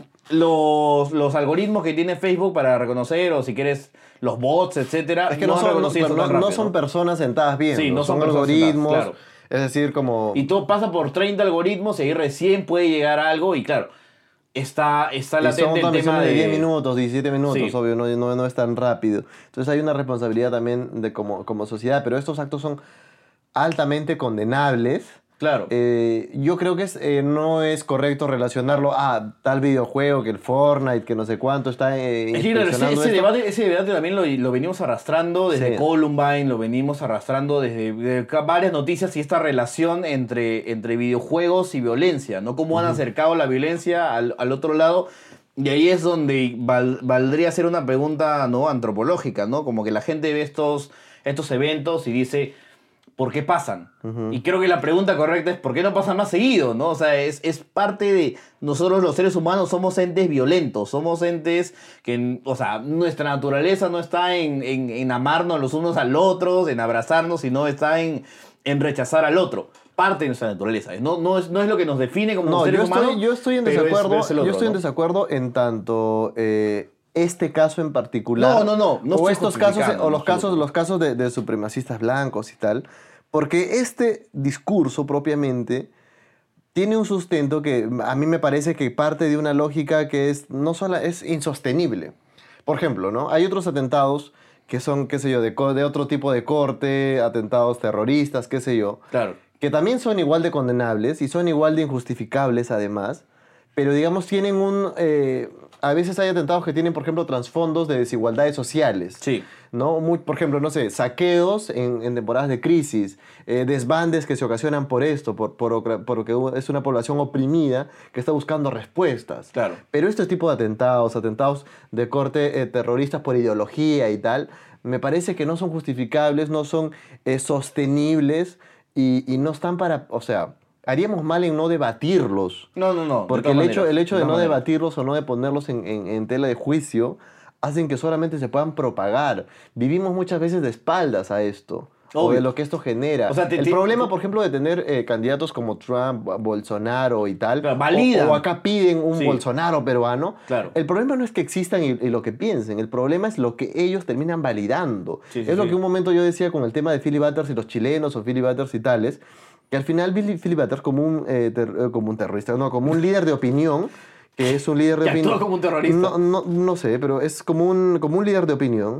los, los algoritmos que tiene Facebook para reconocer, o si quieres, los bots, etcétera, Es que no, han son, no, reconocido no- tan no rápido, son personas sentadas bien. Sí, no son personas algoritmos. sentadas, claro. Es decir, como... Y todo pasa por treinta algoritmos y ahí recién puede llegar a algo y claro, está, está Y son latente el tema transmisiones de de... diez minutos, diecisiete minutos, Sí. obvio, no, no, no es tan rápido. Entonces hay una responsabilidad también de como, como sociedad, pero estos actos son altamente condenables. Claro. Eh, yo creo que es, eh, no es correcto relacionarlo a tal videojuego, que el Fortnite, que no sé cuánto está eh, Es que, claro, ese, inspeccionando ese esto. debate, ese debate también lo, lo venimos arrastrando desde Sí. Columbine, lo venimos arrastrando desde, desde ca- varias noticias y esta relación entre, entre videojuegos y violencia, ¿no? Cómo han acercado la violencia al, al otro lado. Y ahí es donde val- valdría hacer una pregunta, ¿no?, antropológica, ¿no? Como que la gente ve estos, estos eventos y dice, ¿por qué pasan? Ujú. Y creo que la pregunta correcta es ¿por qué no pasan más seguido? ¿No? O sea, es, es parte de nosotros los seres humanos somos entes violentos, somos entes que, o sea, nuestra naturaleza no está en, en, en amarnos los unos al otro, en abrazarnos, sino está en, en rechazar al otro. Parte de nuestra naturaleza. No, no, es, no es lo que nos define como No, seres yo humanos. estoy, yo estoy en pero es desacuerdo. verse el Yo otro, estoy en ¿no? desacuerdo en tanto eh, este caso en particular. No, no, no, no o estoy estos casos, justificando, o no los estoy casos, los casos de, de supremacistas blancos y tal. Porque este discurso propiamente tiene un sustento que a mí me parece que parte de una lógica que es no solo es insostenible. Por ejemplo, ¿no? Hay otros atentados que son, qué sé yo, de, co- de otro tipo de corte, atentados terroristas, qué sé yo, Claro. que también son igual de condenables y son igual de injustificables además, pero digamos tienen un... eh, a veces hay atentados que tienen, por ejemplo, trasfondos de desigualdades sociales. Sí. ¿No? Muy, por ejemplo, no sé, saqueos en, en temporadas de crisis, eh, desbandes que se ocasionan por esto, por, por, porque es una población oprimida que está buscando respuestas. Claro. Pero este tipo de atentados, atentados de corte eh, terroristas por ideología y tal, me parece que no son justificables, no son eh, sostenibles y, y no están para, o sea, haríamos mal en no debatirlos. No, no, no. de Porque todas el hecho, maneras, el hecho de todas no maneras. debatirlos o no de ponerlos en, en- en tela de juicio hacen que solamente se puedan propagar. Vivimos muchas veces de espaldas a esto. O Obvio. de lo que esto genera. O sea, te- el te- problema, por ejemplo, de tener eh, candidatos como Trump, Bolsonaro y tal, Claro, o- validan. o, acá piden un Sí. Bolsonaro peruano, Claro. el problema no es que existan y, y lo que piensen, el problema es lo que ellos terminan validando. Sí, sí, es lo sí. que un momento yo decía con el tema de Philly Butters y los chilenos o Philly Butters y tales, que al final Billy- Philly Butters como un, eh, ter- eh, como un terrorista, no, como un líder de opinión, que es un líder de Que opinión. actúa como un terrorista. No, no, no sé, pero es como un, como un líder de opinión,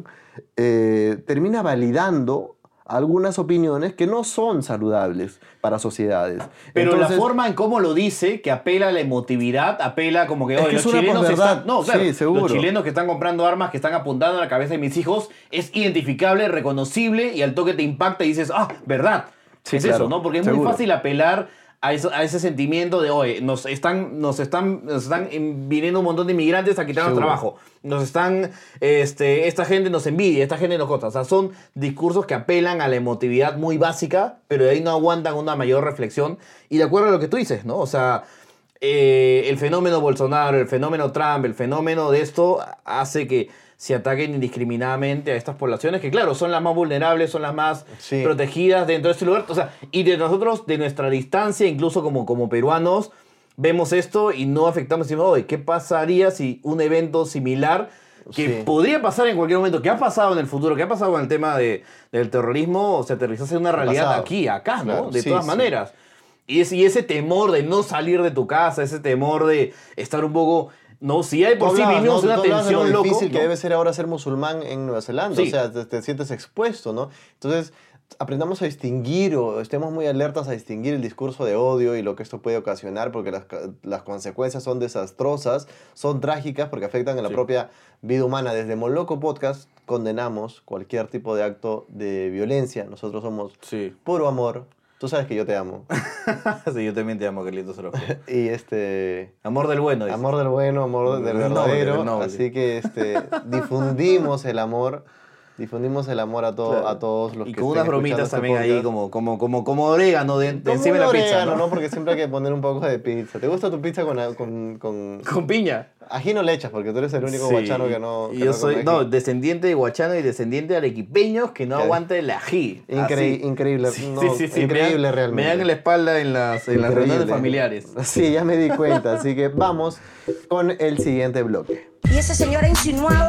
eh, termina validando algunas opiniones que no son saludables para sociedades. Pero Entonces, la forma en cómo lo dice, que apela a la emotividad, apela como que, Es oye, que los es una chilenos posverdad. están... No, claro, Sí, seguro. los chilenos que están comprando armas, que están apuntando a la cabeza de mis hijos, es identificable, reconocible, y al toque te impacta y dices, ah, verdad. Sí, es claro, eso, ¿no? Porque es muy seguro. fácil apelar a, eso, a ese sentimiento de, oye, nos están, nos están, nos están en- viniendo un montón de inmigrantes a quitarnos Seguro. trabajo. Nos están, este, esta gente nos envidia, esta gente nos costa. O sea, son discursos que apelan a la emotividad muy básica, pero de ahí no aguantan una mayor reflexión. Y de acuerdo a lo que tú dices, ¿no? O sea, eh, el fenómeno Bolsonaro, el fenómeno Trump, el fenómeno de esto hace que se ataquen indiscriminadamente a estas poblaciones, que claro, son las más vulnerables, son las más Sí. protegidas dentro de este lugar. O sea, y de nosotros, de nuestra distancia, incluso como, como peruanos, vemos esto y no afectamos. Decimos, oye, ¿qué pasaría si un evento similar que Sí. podría pasar en cualquier momento, que ha pasado en el futuro, que ha pasado con el tema de, del terrorismo, se aterrizase en una realidad pasado. aquí, acá, ¿no? Claro, De sí, todas sí. maneras. Y, es, y ese temor de no salir de tu casa, ese temor de estar un poco... No, si hay por Tú sí hablabas, vivimos ¿no? una Tú hablabas de lo tensión loco. difícil que ¿no? debe ser ahora ser musulmán en Nueva Zelanda. Sí. O sea, te, te sientes expuesto, ¿no? Entonces, aprendamos a distinguir o estemos muy alertas a distinguir el discurso de odio y lo que esto puede ocasionar, porque las, ca- las consecuencias son desastrosas, son trágicas porque afectan a la Sí. propia vida humana. Desde Moloco Podcast condenamos cualquier tipo de acto de violencia. Nosotros somos Sí. puro amor. Tú sabes que yo te amo. Sí, yo también te amo, Carlitos Orozco. Y este... Amor del bueno, dice. Amor del bueno, amor del Del noble, verdadero. del noble. Así que este, difundimos el amor Difundimos el amor a, todo, Claro. a todos los Y que con estén unas bromitas escuchando también este ahí, podcast. como, como, como, como orégano de, de Como encima de la un pizza, orégano, ¿no? Porque siempre hay que poner un poco de pizza. ¿Te gusta tu pizza con, con, con... Con piña. ají no le echas? Porque tú eres el único Sí. guachano que no... Y que yo no soy, come no, ají. descendiente de guachano y descendiente de arequipeños que no Ok. aguanta el ají. Increí- Así. increíble, Sí, no, sí, sí, sí, increíble me dan, realmente. Me dan en la espalda en las, en las Increíble. reuniones familiares. Sí, ya me di cuenta. Así que vamos con el siguiente bloque. Y ese señor ha insinuado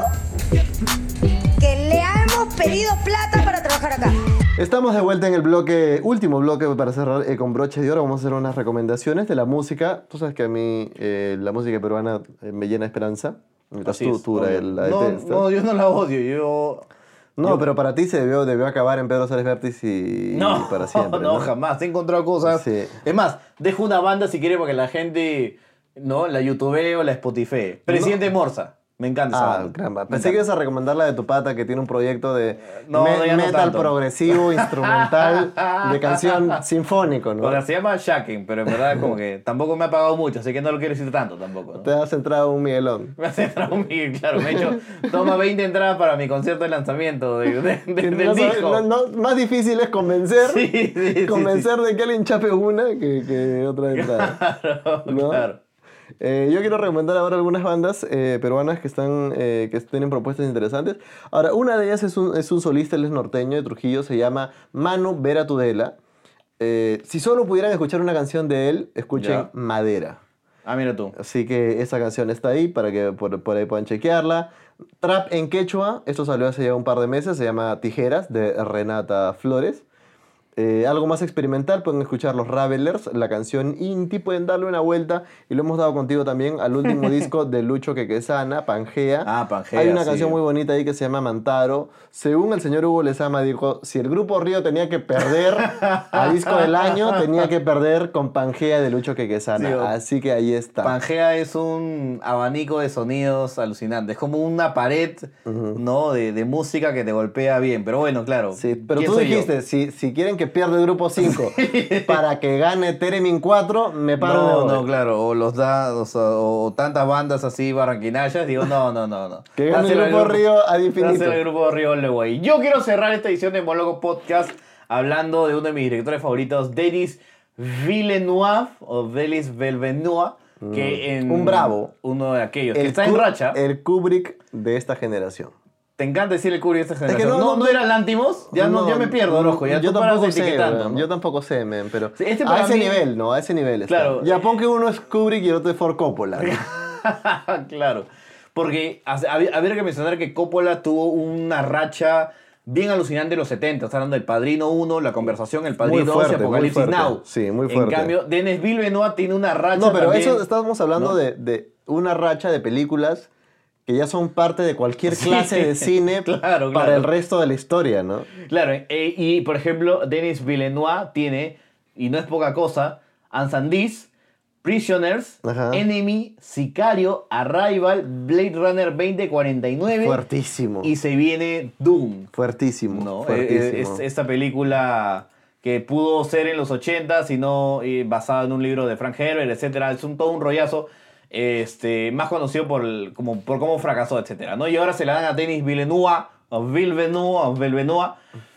que le hemos pedido plata para trabajar acá. Estamos de vuelta en el bloque, último bloque para cerrar eh, con broche de oro. Vamos a hacer unas recomendaciones de la música. Tú sabes que a mí eh, la música peruana eh, me llena de esperanza. Mientras Así tú, es, tú la, obvio. la no, detestas. no, yo no la odio, yo... No, yo- pero para ti se debió, debió acabar en Pedro Sárez Vértiz y, No, y para siempre. no, No, jamás. He encontrado cosas. Sí. Es más, dejo una banda si quiere para que la gente, ¿no? La YouTube o la Spotify. Presidente Morsa. Me encanta esa Ah, banda. caramba. Me Pensé que encanta. ibas a recomendar la de tu pata que tiene un proyecto de No, me- no, ya no metal tanto. progresivo, instrumental, de canción sinfónico, ¿no? O sea, se llama Shaken, pero en verdad como que tampoco me ha pagado mucho, así que no lo quiero decir tanto tampoco, ¿no? Te has entrado un Miguelón. Me hace entrar un Miguel, claro, me he hecho, toma veinte entradas para mi concierto de lanzamiento de, de- de- Que del no sabe- disco. no- no- más difícil es convencer, Sí, sí, sí, convencer de que alguien chape una que, que otra entrada. Claro, ¿no? claro. Eh, yo quiero recomendar ahora algunas bandas eh, peruanas que están eh, que tienen propuestas interesantes. Ahora, una de ellas es un, es un solista, él es norteño de Trujillo, se llama Manu Vera Tudela. Eh, si solo pudieran escuchar una canción de él, escuchen Ya. Madera. Ah, mira tú. Así que esa canción está ahí para que por, por ahí puedan chequearla. Trap en quechua, esto salió hace ya un par de meses, se llama Tijeras, de Renata Flores. Eh, algo más experimental, pueden escuchar los Ravelers, la canción Inti, pueden darle una vuelta, y lo hemos dado contigo también al último disco de Lucho Quequesana, Pangea. Ah, Pangea, Hay una sí. canción muy bonita ahí que se llama Mantaro. Según el señor Hugo Lezama dijo, si el grupo Río tenía que perder a disco del año, tenía que perder con Pangea de Lucho Quequesana. Sí, o- Así que ahí está. Pangea es un abanico de sonidos alucinantes. Es como una pared, ¿no? De, de música que te golpea bien. Pero bueno, claro. Sí, pero ¿quién tú soy yo? dijiste, si, si quieren que pierda el grupo cinco para que gane Teremin cuatro, me paro No, de no, claro. O los da, o, sea, o tantas bandas así barranquinayas. Digo, no, no, no, no. Que gane Dáselo el al grupo Río ad infinito. Dáselo al grupo Río All the Way. Yo quiero cerrar esta edición de Monólogo Podcast hablando de uno de mis directores favoritos, Denis Villeneuve, o Denis Villeneuve, que en... Un bravo. Uno de aquellos, que está Ku- en racha. El Kubrick de esta generación. Te encanta decir el Kubrick de esta que generación. no, no, no, no, era Lantimos, ya no, ya me pierdo, no, ojo, ya yo tú paras tampoco sé, etiquetando, weón, ¿no? yo tampoco sé, men, pero Sí, este a para ese mí- nivel, ¿no? A ese nivel está. Claro. Ya pon que uno es Kubrick y el otro es Ford Coppola. ¿no? Claro, porque hace- hab- habría que mencionar que Coppola tuvo una racha bien alucinante en los setenta. Está hablando del Padrino uno, La Conversación, El Padrino Muy fuerte, dos y Apocalipsis muy fuerte. Now. Sí, muy En fuerte. cambio, Denis Villeneuve tiene una racha No, pero también- eso estábamos hablando ¿no? de, de una racha de películas que ya son parte de cualquier Sí, clase de cine claro, para claro. el resto de la historia, ¿no? Claro, eh, y por ejemplo, Denis Villeneuve tiene, y no es poca cosa, Ansandis, Prisoners, Ajá. Enemy, Sicario, Arrival, Blade Runner veinte cuarenta y nueve Fuertísimo. y se viene Doom. Fuertísimo. ¿No? Fuertísimo. Eh, Es, esta película que pudo ser en los ochenta, sino eh, basada en un libro de Frank Herbert, etcétera. Es un, todo un rollazo, este, más conocido por, el- como, por cómo fracasó, etcétera, ¿no? Y ahora se la dan a Denis Villeneuve, o Villeneuve, o Villeneuve.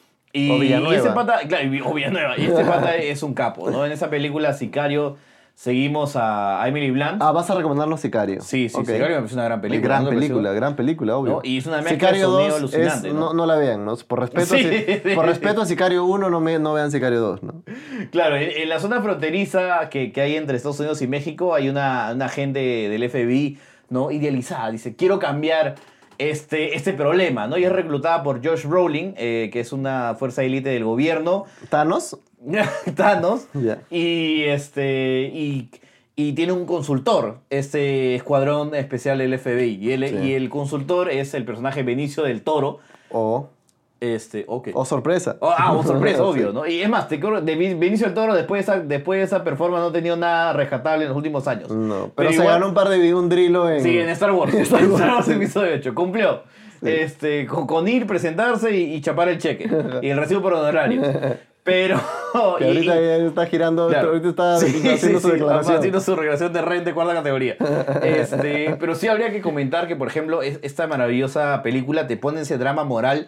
Y, O Villanueva. y ese pata, claro, y- o Villanueva, y este pata es un capo, ¿no? En esa película Sicario seguimos a Emily Blunt. Ah, vas a recomendarnos Sicario. Sí, sí, Ok. Sicario me parece una gran película. Gran ¿no te pareció? película, gran película, obvio. ¿No? Y es una mezcla Sicario de sonido dos alucinante, es- ¿no? no, no la vean, ¿no? Por respeto, Sí, a, Si- sí. por respeto a Sicario uno, no, me, no vean Sicario dos, ¿no? Claro, en, en la zona fronteriza que, que hay entre Estados Unidos y México hay una, una agente del F B I, ¿no? Idealizada. Dice, quiero cambiar este, este problema, ¿no? Y es reclutada por Josh Brolin, eh, que es una fuerza de élite del gobierno. Thanos. Thanos. Ya. Y este. Y, y tiene un consultor, este escuadrón especial del F B I. Y el, Sí. y el consultor es el personaje Benicio del Toro. O, Este, ok. o sorpresa. Oh, ah, oh, sorpresa, obvio, Sí. ¿no? Y es más, te acuerdo, de Vin- Benicio del Toro, después de, esa, después de esa performance, no ha tenido nada rescatable en los últimos años. No, pero, se igual- ganó un par de un drilo en... Sí, en Star Wars. en En Star Star Wars, Wars, sí. episodio ocho. Cumplió. Este, con, con ir, presentarse y, y chapar el cheque. Y el recibo por honorario. Pero. Que y- ahorita y- ya está girando, Claro. ahorita está Sí, haciendo sí, su sí, declaración. haciendo su declaración de renta de cuarta categoría. Este, pero sí habría que comentar que, por ejemplo, es- esta maravillosa película te pone ese drama moral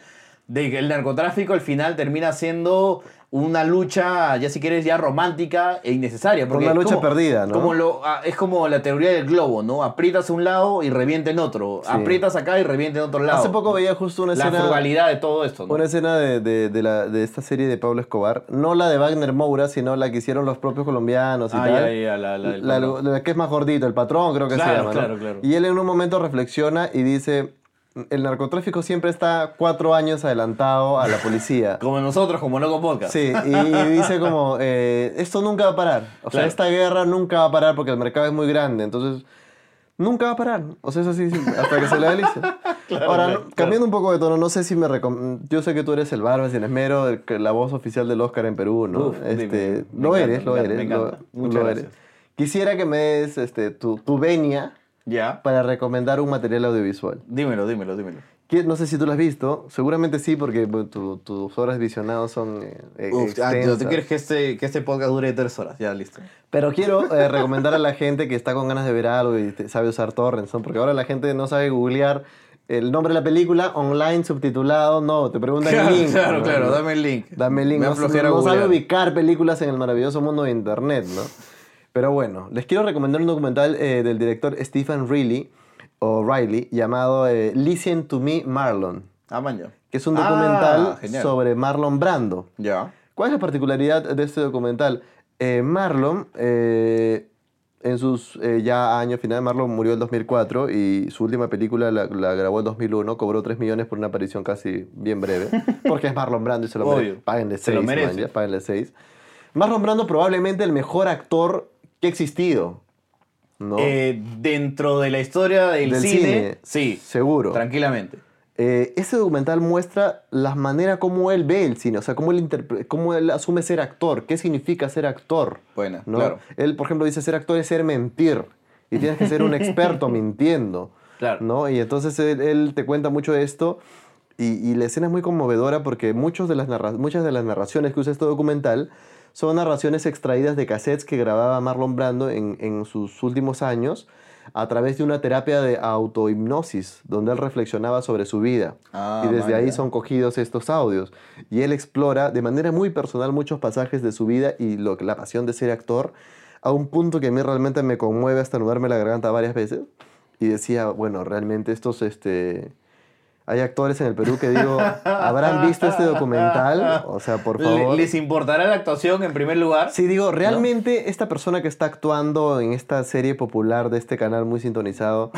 de que el narcotráfico al final termina siendo una lucha, ya si quieres, ya romántica e innecesaria. Porque Una es lucha como- perdida, ¿no? Como lo, ah, es como la teoría del globo, ¿no? Aprietas a un lado y revienta en otro. Sí. Aprietas acá y revienta en otro lado. Hace poco veía justo una La escena... frugalidad de todo esto, ¿no? Una escena de, de, de, la, de esta serie de Pablo Escobar, no la de Wagner Moura, sino la que hicieron los propios colombianos y Ah, tal. ya, ya, la- la del patrón. la que es más gordito, el patrón creo que Claro, se llama. ¿no? claro, claro. Y él en un momento reflexiona y dice, el narcotráfico siempre está cuatro años adelantado a la policía. Como nosotros, como Loco Podcast. Sí, y dice como, eh, esto nunca va a parar. O sea, Claro. esta guerra nunca va a parar porque el mercado es muy grande. Entonces, nunca va a parar. O sea, es así hasta que se legalice. Claro, Ahora, claro, no- cambiando un poco de tono, no sé si me recom- yo sé que tú eres el Barba sin esmero, el que- la voz oficial del Oscar en Perú, ¿no? Uf, este, dime, me lo encanta, eres, lo me eres. encanta, me encanta. lo- Muchas lo gracias. eres. Quisiera que me des este, tu, tu venia Ya. para recomendar un material audiovisual. Dímelo, dímelo, dímelo. Que- No sé si tú lo has visto, seguramente sí, porque bueno, tu- tus horas visionadas son eh, eh, Uf, ah, extensas. ¿tú quieres que este, que este podcast dure tres horas? Ya, listo. Pero quiero eh, recomendar a la gente que está con ganas de ver algo y te- sabe usar torrents, ¿no? Porque ahora la gente no sabe googlear el nombre de la película online subtitulado, no, te preguntan Claro, el link. claro, ¿no? claro, dame el link. Dame el link. Me No, aflojera no sabe googlear. ubicar películas en el maravilloso mundo de internet, ¿no? Pero bueno, les quiero recomendar un documental eh, del director Stephen Riley, o Riley, llamado eh, Listen to Me, Marlon, Ah, man, ya. que es un Ah, documental genial. sobre Marlon Brando. Ya. ¿Cuál es la particularidad de este documental? Eh, Marlon, eh, en sus eh, ya años finales, Marlon murió en dos mil cuatro y su última película la, la grabó en dos mil uno, cobró tres millones por una aparición casi bien breve, porque es Marlon Brando y se lo Obvio. merece. Páguenle Se lo seis, merece. man, ya, páguenle seis. Marlon Brando probablemente el mejor actor que ha existido, ¿no? Eh, dentro de la historia del, Del cine, cine, sí. seguro. Tranquilamente. Eh, ese documental muestra la manera como él ve el cine, o sea, cómo él, interpre- cómo él asume ser actor, qué significa ser actor. Buena, ¿no? claro. Él, por ejemplo, dice ser actor es ser mentir y tienes que ser un experto mintiendo. Claro. ¿no? Y entonces él, él te cuenta mucho de esto y, y la escena es muy conmovedora porque muchos de las narra- muchas de las narraciones que usa este documental son narraciones extraídas de cassettes que grababa Marlon Brando en, en sus últimos años a través de una terapia de autohipnosis, donde él reflexionaba sobre su vida. Ah, y desde man, ahí ya. son cogidos estos audios. Y él explora de manera muy personal muchos pasajes de su vida y lo, que- la pasión de ser actor, a un punto que a mí realmente me conmueve hasta nudarme la garganta varias veces. Y decía, bueno, realmente estos... Este, hay actores en el Perú que digo, ¿habrán visto este documental? O sea, por Le- favor. ¿Les importará la actuación en primer lugar? Sí, digo, realmente esta persona que está actuando en esta serie popular de este canal muy sintonizado,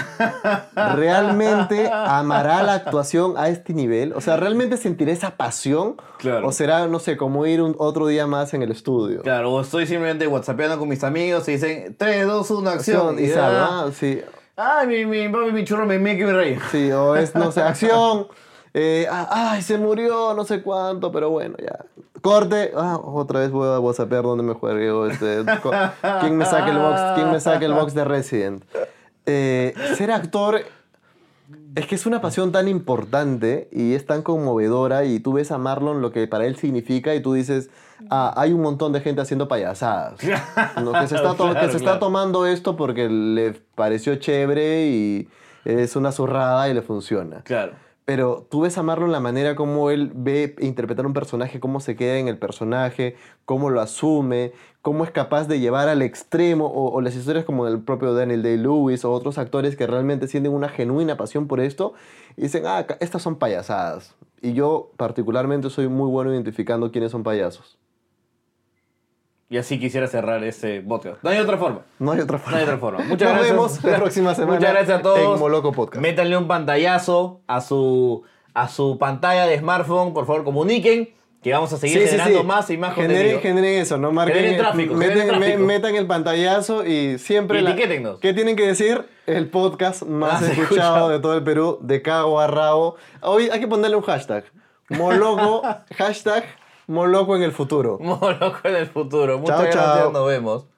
¿realmente amará la actuación a este nivel? O sea, ¿realmente sentirá esa pasión? Claro. ¿O será, no sé, como ir un, otro día más en el estudio? Claro, o estoy simplemente whatsappeando con mis amigos y dicen tres, dos, uno, acción. Y ya. sabe, ah, sí, Ay, mi, mi papi, mi churro, me me que me reí. sí, o es, no sé, acción. eh, ah, ay, se murió, no sé cuánto, pero bueno, ya. Corte, ah, otra vez voy a whatsappear donde me juegue. Este, co- ¿Quién me saque el box? ¿Quién me saque el box de Resident? Eh, ser actor es que es una pasión tan importante y es tan conmovedora y tú ves a Marlon lo que para él significa y tú dices, ah, hay un montón de gente haciendo payasadas. ¿no? Que se, está, to- Claro, que se está claro. tomando esto porque le pareció chévere y es una zurrada y le funciona. Claro. Pero tú ves a Marlon la manera como él ve interpretar un personaje, cómo se queda en el personaje, cómo lo asume, cómo es capaz de llevar al extremo, o, o las historias como del propio Daniel Day-Lewis o otros actores que realmente sienten una genuina pasión por esto y dicen, ah, ca- estas son payasadas. Y yo particularmente soy muy bueno identificando quiénes son payasos. Y así quisiera cerrar este podcast. No hay otra forma. No hay otra No forma. hay otra forma. Muchas Nos gracias. vemos la próxima semana Muchas gracias a todos. en Moloco Podcast. Métanle un pantallazo a su, a su pantalla de smartphone. Por favor, comuniquen que vamos a seguir generando más y más generen, contenido. generen eso, no marquen. Generen tráfico, meten, generen me- tráfico. metan el pantallazo y siempre. Y la- etiquétennos. ¿Qué tienen que decir? El podcast más Más escuchado escuchado. de todo el Perú, de cabo a rabo. Hoy hay que ponerle un hashtag. Moloco, hashtag Moloco en el futuro. Moloco en el futuro. Muchas Chao, gracias. chao. Nos vemos.